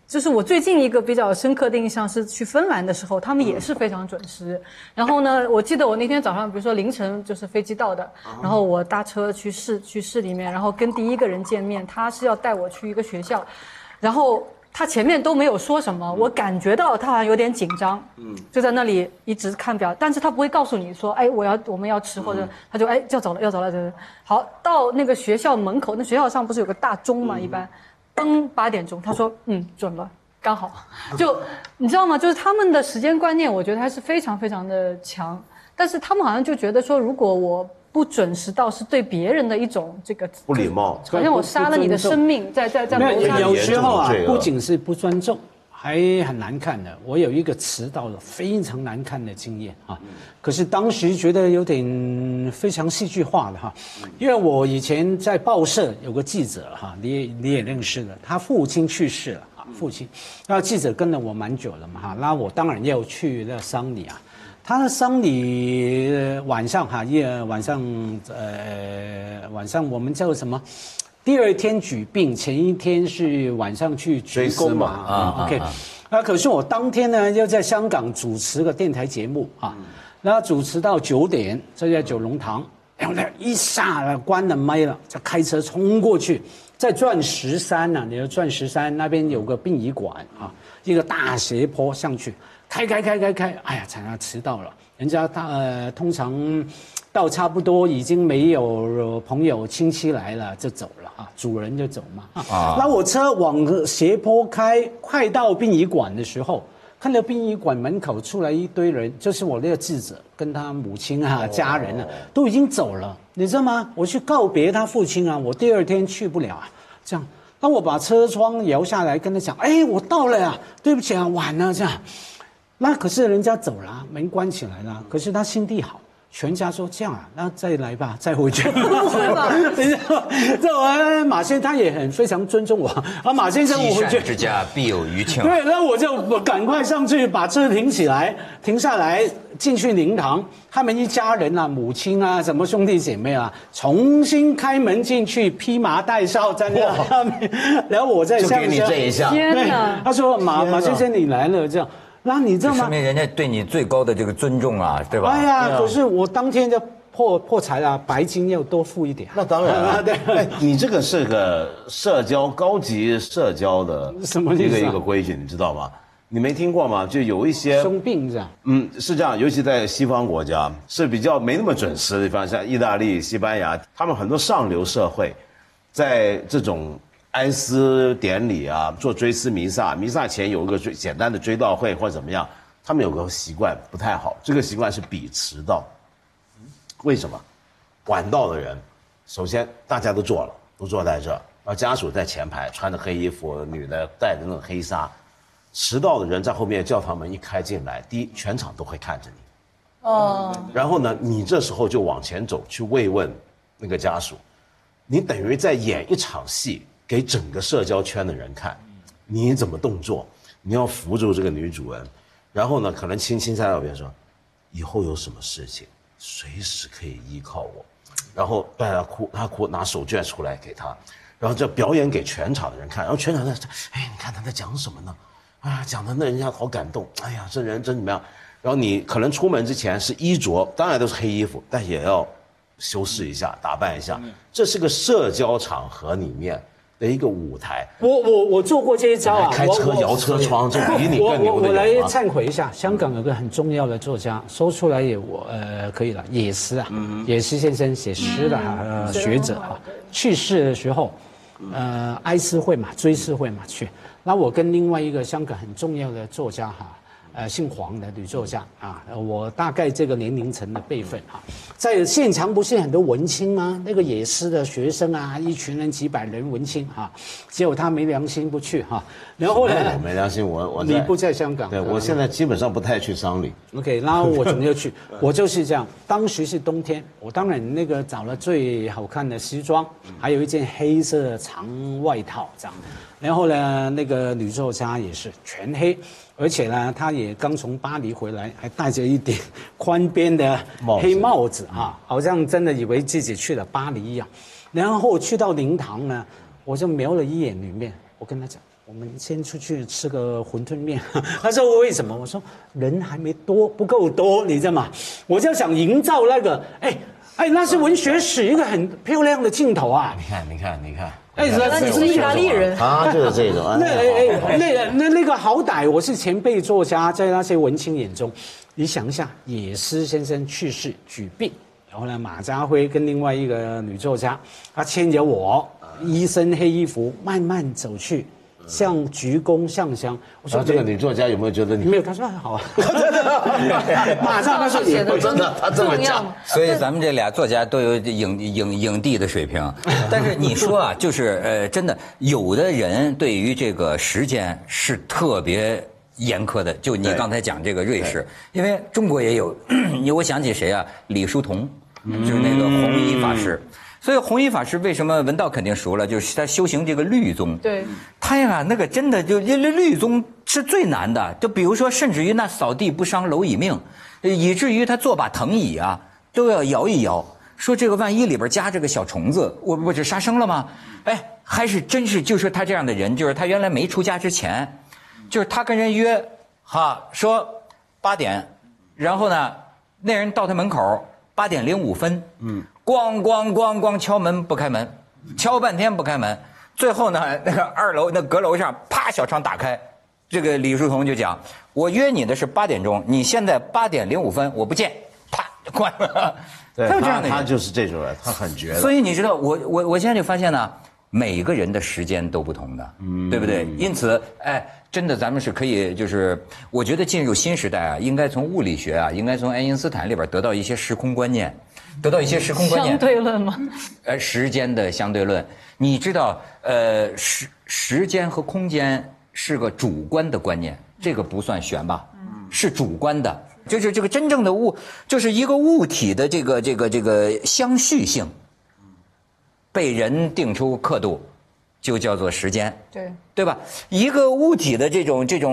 就是我最近一个比较深刻的印象是去芬兰的时候，他们也是非常准时。然后呢，我记得我那天早上，比如说凌晨就是飞机到的，然后我搭车去市里面，然后跟第一个人见面，他是要带我去一个学校，然后他前面都没有说什么，我感觉到他好像有点紧张，就在那里一直看表，但是他不会告诉你说，哎，我们要吃，或者他就哎要走了，好，到那个学校门口，那学校上不是有个大钟嘛，一般。登8点钟，他说准了，刚好，就你知道吗？就是他们的时间观念，我觉得还是非常非常的强。但是他们好像就觉得说，如果我不准时到，是对别人的一种这个不礼貌， 好像我杀了你的生命，在谋杀。 有时候啊，不仅是不尊重，还很难看的。我有一个迟到的非常难看的经验啊，可是当时觉得有点非常戏剧化的哈，因为我以前在报社有个记者哈，你也认识的，他父亲去世了啊，父亲，那记者跟了我蛮久了嘛哈，那我当然要去那丧礼啊。他的丧礼晚上哈，晚上我们叫什么？第二天举殡，前一天是晚上去鞠躬嘛。OK， 那可是我当天呢要在香港主持个电台节目啊，那主持到9点，在九龙塘，然后呢一下了关了麦了，就开车冲过去，在钻石山啊，你说钻石山那边有个殡仪馆啊，一个大斜坡上去。开，哎呀，才迟到了。人家通常到差不多已经没有朋友亲戚来了，就走了啊，主人就走嘛啊。那我车往斜坡开，快到殡仪馆的时候，看到殡仪馆门口出来一堆人，就是我那个记者跟他母亲啊、家人啊都已经走了，你知道吗？我去告别他父亲啊，我第二天去不了啊，这样。那我把车窗摇下来跟他讲，哎，我到了呀，对不起啊，晚了这样。那可是人家走了，门关起来了。可是他心地好，全家说这样啊，那再来吧，再回去。这马先生他也很非常尊重我啊，马先生我回去。 积善之家必有余庆。 对，那我就赶快上去把车停下来进去灵堂。他们一家人啊，母亲啊，什么兄弟姐妹啊，重新开门进去，披麻戴孝在那上面。然后我在下面。 就给你这一下。 天哪！ 他说马先生你来了这样。那你知道吗？ 说明人家对你最高的这个尊重啊，对吧？ 哎呀，可是我当天就破财了，白金要多付一点。 那当然了，对，你这个是个高级社交的什么意思一个规矩，你知道吗？你没听过吗？就有一些生病这样， 是这样，尤其在西方国家是比较没那么准时的地方，像意大利、西班牙，他们很多上流社会，在这种哀思典礼啊，做追思弥撒，弥撒前有一个简单的追悼会或者怎么样，他们有个习惯不太好，这个习惯是比迟到。为什么？晚到的人，首先大家都坐在这儿，然后家属在前排穿着黑衣服，女的戴着那种黑纱，迟到的人在后面，教堂门一开进来，第一全场都会看着你，然后呢，你这时候就往前走去慰问那个家属，你等于在演一场戏。给整个社交圈的人看，你怎么动作，你要扶住这个女主人，然后呢，可能轻轻在那边说，以后有什么事情，随时可以依靠我，然后带他哭，拿手绢出来给他，然后就表演给全场的人看，然后全场在，哎，你看他在讲什么呢？啊，讲的那人家好感动，哎呀，这人真怎么样？然后你可能出门之前是衣着，当然都是黑衣服，但也要修饰一下，打扮一下，这是个社交场合里面的一个舞台。 我做过这一招啊， 开车摇车窗，这比你更牛的我来忏悔一下，香港有个很重要的作家，说出来也可以了，野诗啊，野诗先生写诗的学者啊，去世的时候，哀思会嘛，追思会嘛去，那我跟另外一个香港很重要的作家哈。姓黄的女作家啊，我大概这个年龄层的辈分啊，在现场不是很多文青吗？那个野师的学生啊，一群人几百人文青啊，结果他没良心不去哈。然后呢， 没良心，我你不在香港， 对我现在基本上不太去丧礼。 OK， 然后我怎么就去？我就是这样。当时是冬天，我当然那个找了最好看的西装，还有一件黑色的长外套这样。然后呢，那个女作家也是全黑。而且呢，他也刚从巴黎回来，还戴着一顶宽边的黑帽子啊，好像真的以为自己去了巴黎一样。然后去到灵堂呢，我就瞄了一眼里面，我跟他讲， 我们先出去吃个馄饨面。他说为什么？我说人还没多，不够多，你知道吗？我就想营造那个，那是文学史一个很漂亮的镜头啊！ 你看， 原来你是意大利人， 他就是这种。 那个好歹我是前辈作家，在那些文青眼中，你想一下，野诗先生去世举病，然后呢，马家辉跟另外一个女作家，她牵着我，一身黑衣服，慢慢走去。像鞠躬上香，我说这个女作家有没有觉得你没有？她说还好啊，马上她说写的真的，她这么讲， 所以咱们这俩作家都有影帝的水平。但是你说啊，就是真的，有的人对于这个时间是特别严苛的。就你刚才讲这个瑞士，因为中国也有，我想起谁啊？李叔同，就是那个弘一法师。所以弘一法师为什么文道肯定熟了？就是他修行这个律宗。 对， 他呀，那个真的就律宗是最难的。就比如说，甚至于那扫地不伤蝼蚁命，以至于他坐把藤椅啊都要摇一摇，说这个万一里边夹着个小虫子，我这杀生了吗？还是真是就是他这样的人，就是他原来没出家之前，就是他跟人约说8点，然后呢，那人到他门口8点05分，咣敲门不开门，敲半天不开门，最后呢，那个2楼那阁楼上啪小窗打开，这个李叔同就讲，我约你的是8点钟，你现在8点05分我不见，啪就关了。 对， 他有这样的人， 他就是这种人，他很绝的。 所以你知道，我现在就发现呢，每个人的时间都不同的，对不对？因此，真的咱们是可以，就是我觉得进入新时代啊，应该从物理学啊，应该从爱因斯坦里边得到一些时空观念。 相对论吗？ 时间的相对论，你知道，时间和空间是个主观的观念，这个不算玄吧？是主观的，就是这个真正的就是一个物体的这个相续性，被人定出刻度，就叫做时间，对吧？一个物体的这个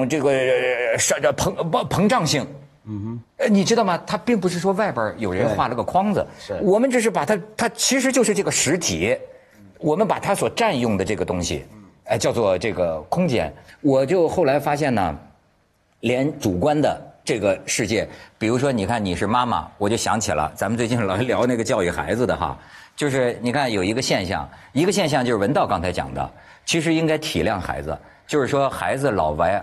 膨胀性。你知道吗？它并不是说外边有人画了个框子，我们只是把它其实就是这个实体，我们把它所占用的这个东西，叫做这个空间。我就后来发现呢，连主观的这个世界，比如说你看你是妈妈，我就想起了咱们最近老聊那个教育孩子的哈，就是你看有一个现象就是文道刚才讲的，其实应该体谅孩子，就是说孩子老玩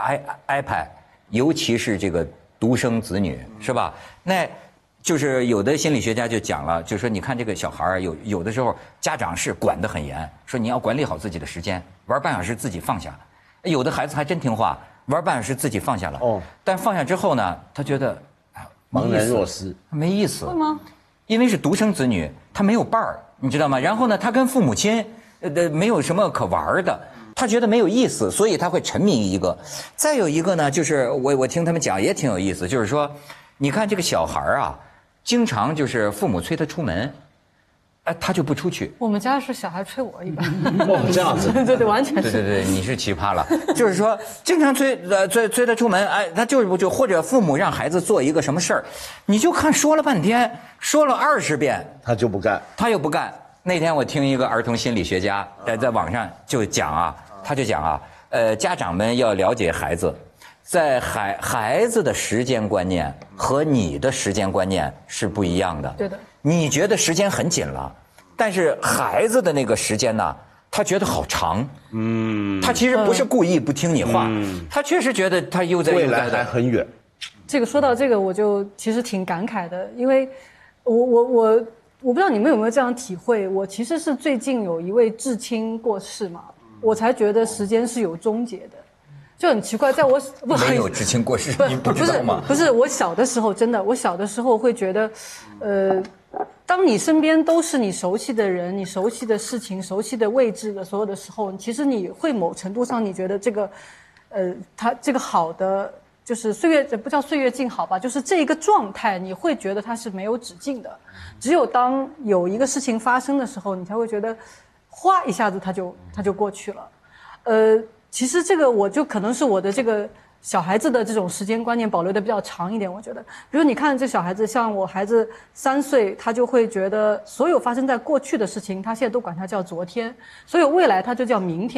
iPad，尤其是这个独生子女，是吧？那就是有的心理学家就讲了，就说你看这个小孩有的时候家长是管得很严，说你要管理好自己的时间，玩半小时自己放下。有的孩子还真听话，玩半小时自己放下了。但放下之后呢，他觉得茫然若失， 没意思。 会吗？ 因为是独生子女，他没有伴儿，你知道吗？然后呢，他跟父母亲没有什么可玩的。他觉得没有意思，所以他会沉迷于一个。再有一个呢，就是我听他们讲也挺有意思，就是说，你看这个小孩啊，经常就是父母催他出门，他就不出去。 我们家是小孩催我一般。 这样子。 对，完全是。 对，你是奇葩了。就是说，经常催他出门，他就是不就或者父母让孩子做一个什么事儿，你就看说了半天，说了20遍， 他就不干， 他又不干。那天我听一个儿童心理学家在网上就讲啊。他就讲家长们要了解孩子，在孩子的时间观念和你的时间观念是不一样的。 对的。 你觉得时间很紧了，但是孩子的那个时间呢，他觉得好长。他其实不是故意不听你话，他确实觉得他悠哉悠哉的， 未来还很远。 这个说到这个，我就其实挺感慨的，因为我不知道你们有没有这样体会，我其实是最近有一位至亲过世嘛。我才觉得时间是有终结的，就很奇怪，在我没有至亲过世，你不知道吗？ 不是，我小的时候真的，我小的时候会觉得，当你身边都是你熟悉的人、你熟悉的事情、熟悉的位置的所有的时候，其实你会某程度上你觉得这个，它这个好的就是岁月不叫岁月静好吧，就是这一个状态，你会觉得它是没有止境的。只有当有一个事情发生的时候，你才会觉得。哗一下子它就过去了，其实这个我就可能是我的这个小孩子的这种时间观念保留的比较长一点，我觉得，比如你看这小孩子，像我孩子3岁，他就会觉得所有发生在过去的事情，他现在都管它叫昨天，所有未来他就叫明天。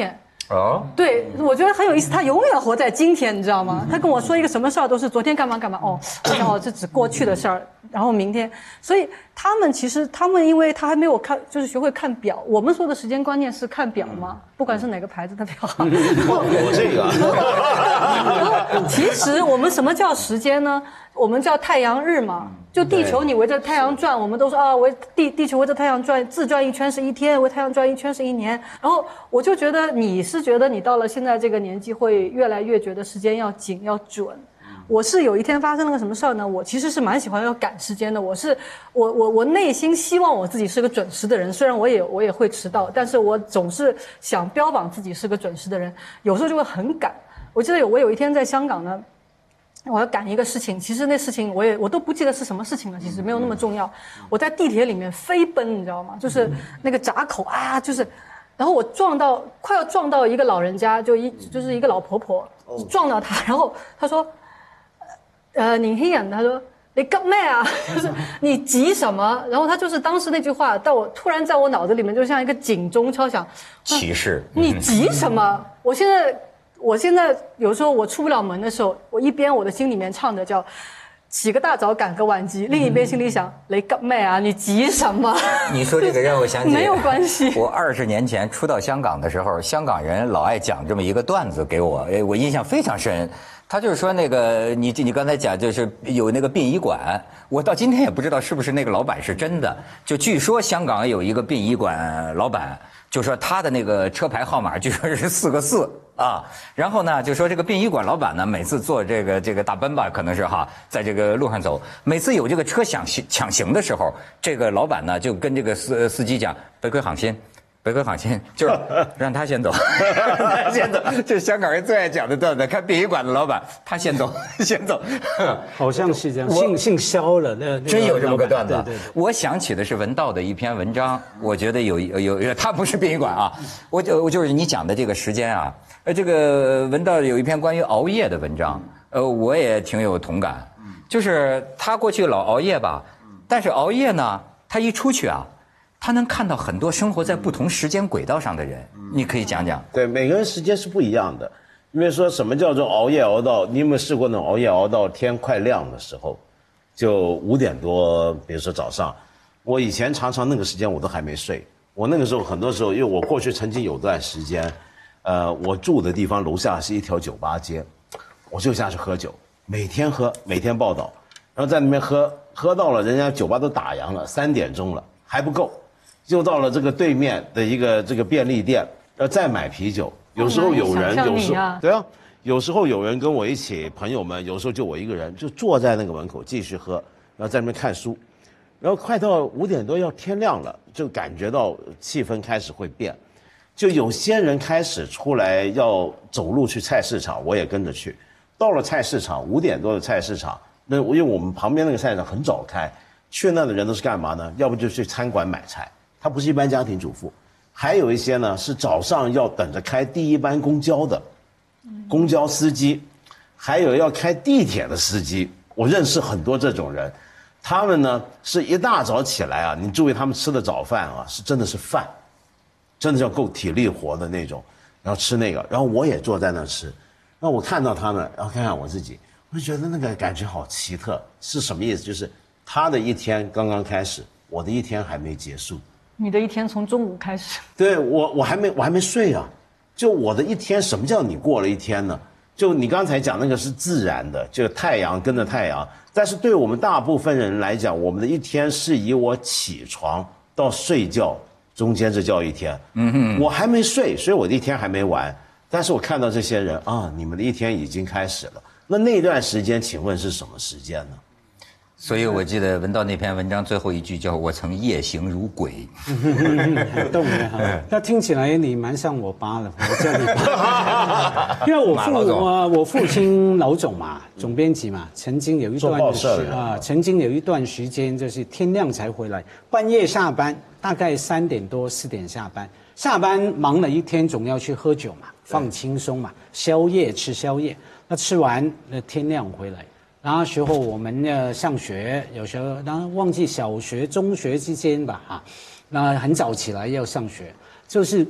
哦， 对，我觉得很有意思。他永远活在今天，你知道吗？他跟我说一个什么事儿都是昨天干嘛干嘛。哦，我想哦，这只过去的事儿，然后明天。所以他们其实因为他还没有看，就是学会看表。我们说的时间观念是看表嘛，不管是哪个牌子的表。 我这个。 然后其实我们什么叫时间呢？我们叫太阳日嘛，就地球你围着太阳转，我们都说啊，地球围着太阳转，自转一圈是1天，围太阳转一圈是1年。然后我就觉得你是觉得你到了现在这个年纪会越来越觉得时间要紧要准。我是有一天发生了个什么事儿呢？我其实是蛮喜欢要赶时间的。我内心希望我自己是个准时的人，虽然我也会迟到，但是我总是想标榜自己是个准时的人，有时候就会很赶。我记得我有一天在香港呢。我要赶一个事情，其实那事情我都不记得是什么事情了，其实没有那么重要。我在地铁里面飞奔，你知道吗？就是那个闸口啊，就是，然后我快要撞到一个老人家，就是一个老婆婆，撞到她，然后她说，年轻人，她说你急咩啊？就是你急什么？然后她就是当时那句话，突然在我脑子里面就像一个警钟敲响， 歧视。 你急什么？我现在有时候我出不了门的时候，我一边我的心里面唱的叫起个大早赶个晚集，另一边心里想你急咩啊？你急什么？ 你说这个让我想起没有关系。 我20年前初到香港的时候，香港人老爱讲这么一个段子给我，我印象非常深。他就是说那个你刚才讲就是有那个殡仪馆，我到今天也不知道是不是那个老板是真的。就据说香港有一个殡仪馆老板，就说他的那个车牌号码据说是4个4。啊，然后呢，就说这个殡仪馆老板呢，每次坐这个大奔吧，可能是哈，在这个路上走，每次有这个车抢行的时候，这个老板呢就跟这个司机讲，北归航心，北归航心，就是让他先走，他先走，这香港人最爱讲的段子。看殡仪馆的老板，他先走，先走， 好像是这样，姓肖了， 真有这么个段子。 对， 我想起的是文道的一篇文章，我觉得有，他不是殡仪馆啊，我就是你讲的这个时间啊。这个文道有一篇关于熬夜的文章，我也挺有同感。就是他过去老熬夜吧，但是熬夜呢，他一出去啊，他能看到很多生活在不同时间轨道上的人。你可以讲讲。 对，每个人时间是不一样的。因为说什么叫做熬夜熬到，你有没有试过那种熬夜熬到天快亮的时候，就5点多，比如说早上，我以前常常那个时间我都还没睡。我那个时候很多时候，因为我过去曾经有段时间。我住的地方楼下是一条酒吧街，我就下去喝酒，每天喝，每天报道，然后在那边喝到了人家酒吧都打烊了，3点钟了还不够，就到了这个对面的一个这个便利店，要再买啤酒。有时候有人，有时候对啊，有时候有人跟我一起，朋友们，有时候就我一个人，就坐在那个门口继续喝，然后在那边看书，然后快到5点多要天亮了，就感觉到气氛开始会变。就有些人开始出来要走路去菜市场，我也跟着去。到了菜市场，5点多的菜市场，那因为我们旁边那个菜市场很早开，去那的人都是干嘛呢？要不就去餐馆买菜，他不是一般家庭主妇。还有一些呢是早上要等着开第一班公交的，公交司机，还有要开地铁的司机。我认识很多这种人，他们呢是一大早起来啊，你注意他们吃的早饭啊，是真的是饭。真的叫够体力活的那种，然后吃那个，然后我也坐在那吃，然后我看到他们，然后看看我自己，我就觉得那个感觉好奇特，是什么意思？就是他的一天刚刚开始，我的一天还没结束。 你的一天从中午开始？ 对，我还没睡啊，就我的一天，什么叫你过了一天呢？就你刚才讲那个是自然的，就太阳跟着太阳，但是对我们大部分人来讲，我们的一天是以我起床到睡觉。中间这叫一天，我还没睡，所以我的一天还没完。但是我看到这些人啊，你们的一天已经开始了。那段时间，请问是什么时间呢？ 所以我记得文道那篇文章最后一句叫"我曾夜行如鬼"， 动的哈。那听起来你蛮像我爸的，我叫你爸，因为我父亲老总嘛，总编辑嘛，曾经有一段时间就是天亮才回来，半夜下班，大概3点多4点下班，下班忙了一天，总要去喝酒嘛，放轻松嘛，吃宵夜，那吃完那天亮回来。然后时候我们上学，有时候然后忘记小学、中学之间吧，那很早起来要上学，就是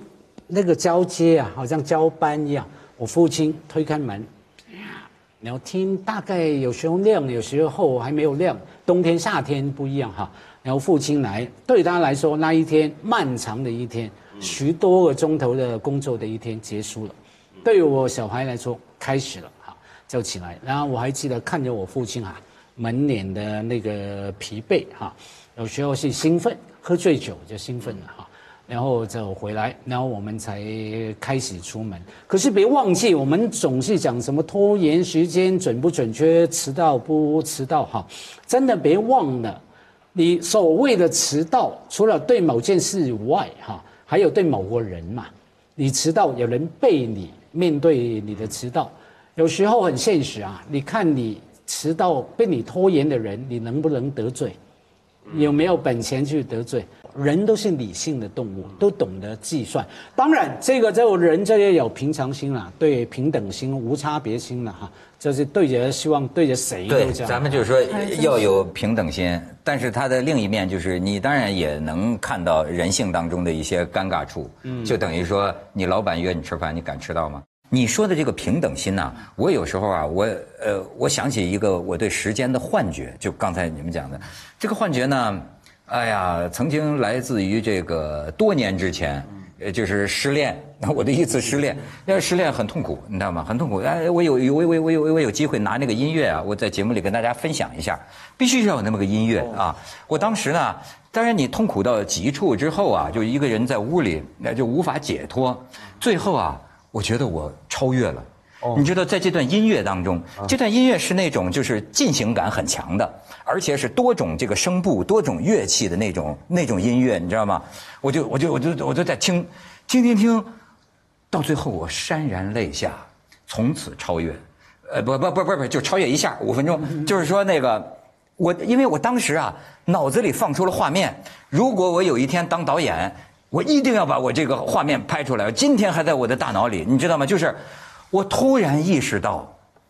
那个交接啊，好像交班一样。我父亲推开门，然后天大概有时候亮，有时候还没有亮，冬天夏天不一样哈。然后父亲来，对他来说那一天漫长的一天，10多个钟头的工作的一天结束了。对于我小孩来说，开始了哈，就起来。然后我还记得看着我父亲啊，满脸的那个疲惫哈，有时候是兴奋，喝醉酒就兴奋了哈。然后就回来，然后我们才开始出门。可是别忘记，我们总是讲什么拖延时间准不准确，迟到不迟到哈，真的别忘了，你所谓的迟到，除了对某件事以外哈，还有对某个人嘛。你迟到，有人被你面对你的迟到，有时候很现实啊。你看你迟到被你拖延的人，你能不能得罪？有没有本钱去得罪？人都是理性的动物，都懂得计算。当然，这个就人这也有平常心啦，对平等心、无差别心了哈。就是对着希望对着谁都这样。 对，咱们就是说要有平等心，但是它的另一面就是你当然也能看到人性当中的一些尴尬处。就等于说你老板约你吃饭，你敢迟到吗？你说的这个平等心呐，我有时候啊，我想起一个我对时间的幻觉，就刚才你们讲的这个幻觉呢，哎呀，曾经来自于这个多年之前，就是失恋。我的一次失恋，因为失恋很痛苦，你知道吗？很痛苦。哎，我有机会拿那个音乐啊，我在节目里跟大家分享一下，必须要有那么个音乐啊。我当时呢，当然你痛苦到极处之后啊，就一个人在屋里，那就无法解脱。最后啊，我觉得我超越了。你知道，在这段音乐当中，这段音乐是那种就是进行感很强的，而且是多种这个声部、多种乐器的那种音乐，你知道吗？我就在听，到最后我潸然泪下，从此超越。不，就超越一下5分钟。就是说那个因为我当时啊脑子里放出了画面，如果我有一天当导演，我一定要把我这个画面拍出来。今天还在我的大脑里，你知道吗？就是我突然意识到，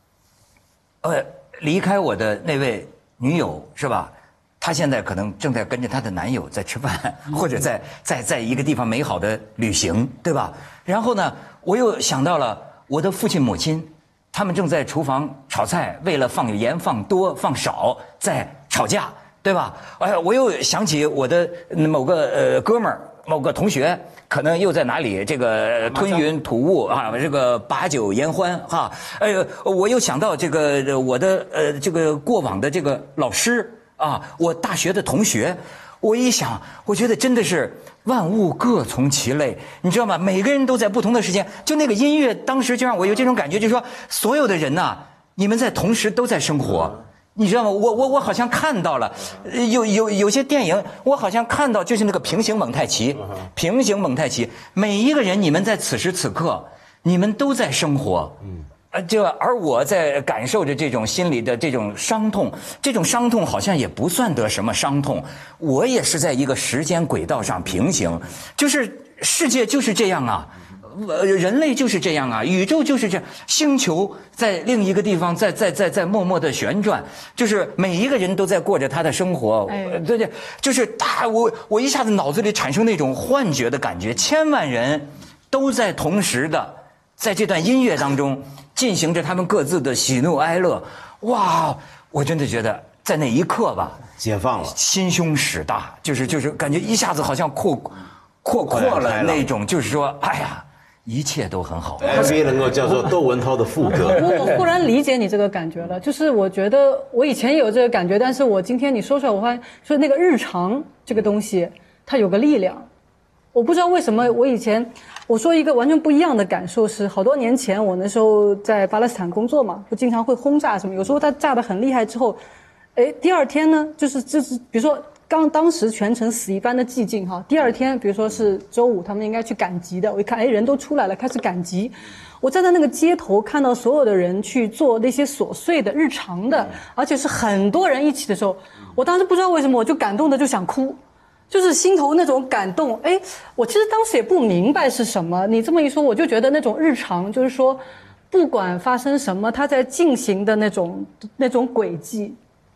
离开我的那位女友是吧？她现在可能正在跟着她的男友在吃饭，或者在一个地方美好的旅行，对吧？然后呢，我又想到了我的父亲母亲，他们正在厨房炒菜，为了放盐放多放少在吵架，对吧？我又想起我的某个哥们儿。某个同学可能又在哪里这个吞云吐雾啊，这个把酒言欢哈。我又想到这个我的这个过往的这个老师啊，我大学的同学。我一想，我觉得真的是万物各从其类，你知道吗？每个人都在不同的时间，就那个音乐当时就让我有这种感觉，就是说所有的人呐，你们在同时都在生活。你知道吗？我好像看到了，有些电影，我好像看到就是那个平行蒙太奇，每一个人你们在此时此刻，你们都在生活，而我在感受着这种心里的这种伤痛，这种伤痛好像也不算得什么伤痛，我也是在一个时间轨道上平行，就是世界就是这样啊。人类就是这样啊，宇宙就是这样，星球在另一个地方在默默的旋转，就是每一个人都在过着他的生活，对，就是我一下子脑子里产生那种幻觉的感觉，千万人都在同时的在这段音乐当中进行着他们各自的喜怒哀乐，哇，我真的觉得在那一刻吧， 解放了， 心胸始大，就是感觉一下子好像扩了那种，就是说，哎呀。一切都很好 ，MV 能够叫做窦文涛的副歌。 我忽然理解你这个感觉了，就是我觉得我以前也有这个感觉，但是我今天你说出来，我发现说那个日常这个东西，它有个力量。我不知道为什么，我以前我说一个完全不一样的感受是，好多年前我那时候在巴勒斯坦工作嘛，就经常会轰炸什么，有时候它炸得很厉害之后，第二天呢，就是比如说。当时全城死一般的寂静哈，第二天比如说是周五，他们应该去赶集的，我一看，人都出来了，开始赶集。我站在那个街头，看到所有的人去做那些琐碎的日常的，而且是很多人一起的时候，我当时不知道为什么，我就感动的就想哭，就是心头那种感动。我其实当时也不明白是什么，你这么一说，我就觉得那种日常，就是说，不管发生什么，它在进行的那种轨迹。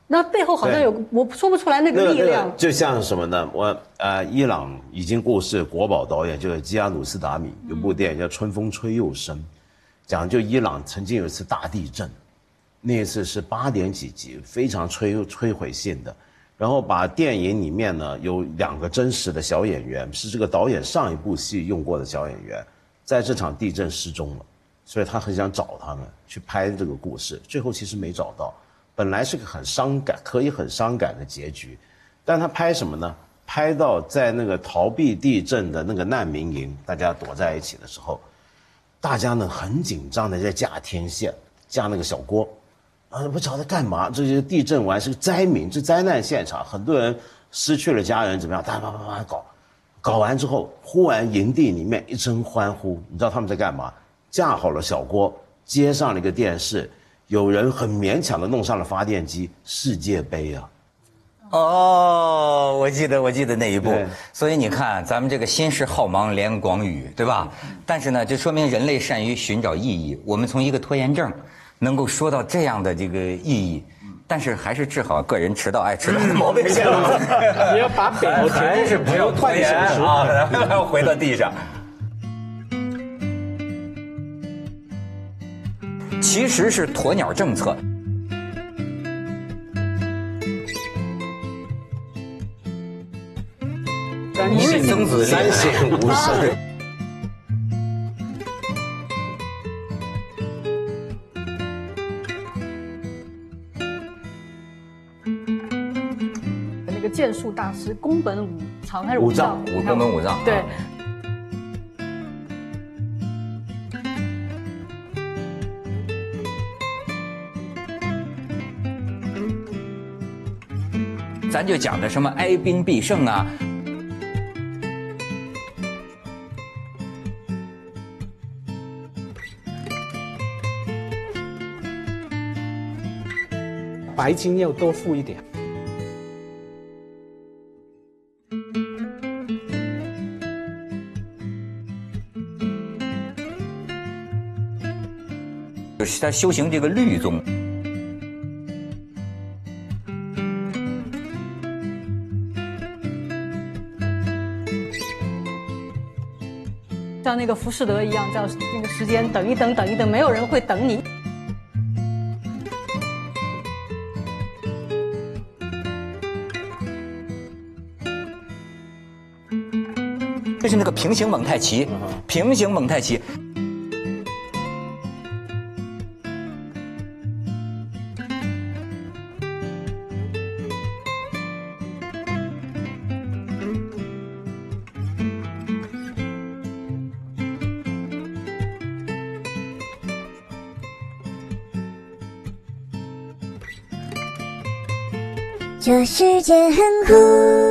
那背后好像有我说不出来那个力量。 就像什么呢？伊朗已经过世国宝导演就是基亚努斯达米，有部电影叫《春风吹又生》，讲就伊朗曾经有一次大地震，那一次是8点几级，非常摧毁性的。然后把电影里面呢有2个真实的小演员，是这个导演上一部戏用过的小演员，在这场地震失踪了，所以他很想找他们去拍这个故事，最后其实没找到。本来是个很伤感，可以很伤感的结局，但他拍什么呢？拍到在那个逃避地震的那个难民营，大家躲在一起的时候，大家呢很紧张的在架天线，架那个小锅，不晓得干嘛。这些地震完是个灾民，是灾难现场，很多人失去了家人，怎么样？大家搞完之后，忽然营地里面一声欢呼，你知道他们在干嘛？架好了小锅，接上了一个电视。有人很勉强的弄上了发电机，世界杯啊！ 哦，我记得那一部。所以你看，咱们这个新式浩茫连广宇，对吧？但是呢，这说明人类善于寻找意义。我们从一个拖延症能够说到这样的这个意义，但是还是治好个人迟到爱迟到的毛病。 你要把表还是不要拖延啊！回到地上。其实是鸵鸟政策。 三省曾子三省吾身。 那个剑术大师宫本武藏还是武藏？ 宫本武藏。 对。 咱就讲的什么哀兵必胜啊， 白金要多付一点。 就是他修行这个律宗。 像那个浮士德一样，叫那个时间等一等，没有人会等你。 这是那个平行蒙太奇，平行蒙太奇。 这世界很酷。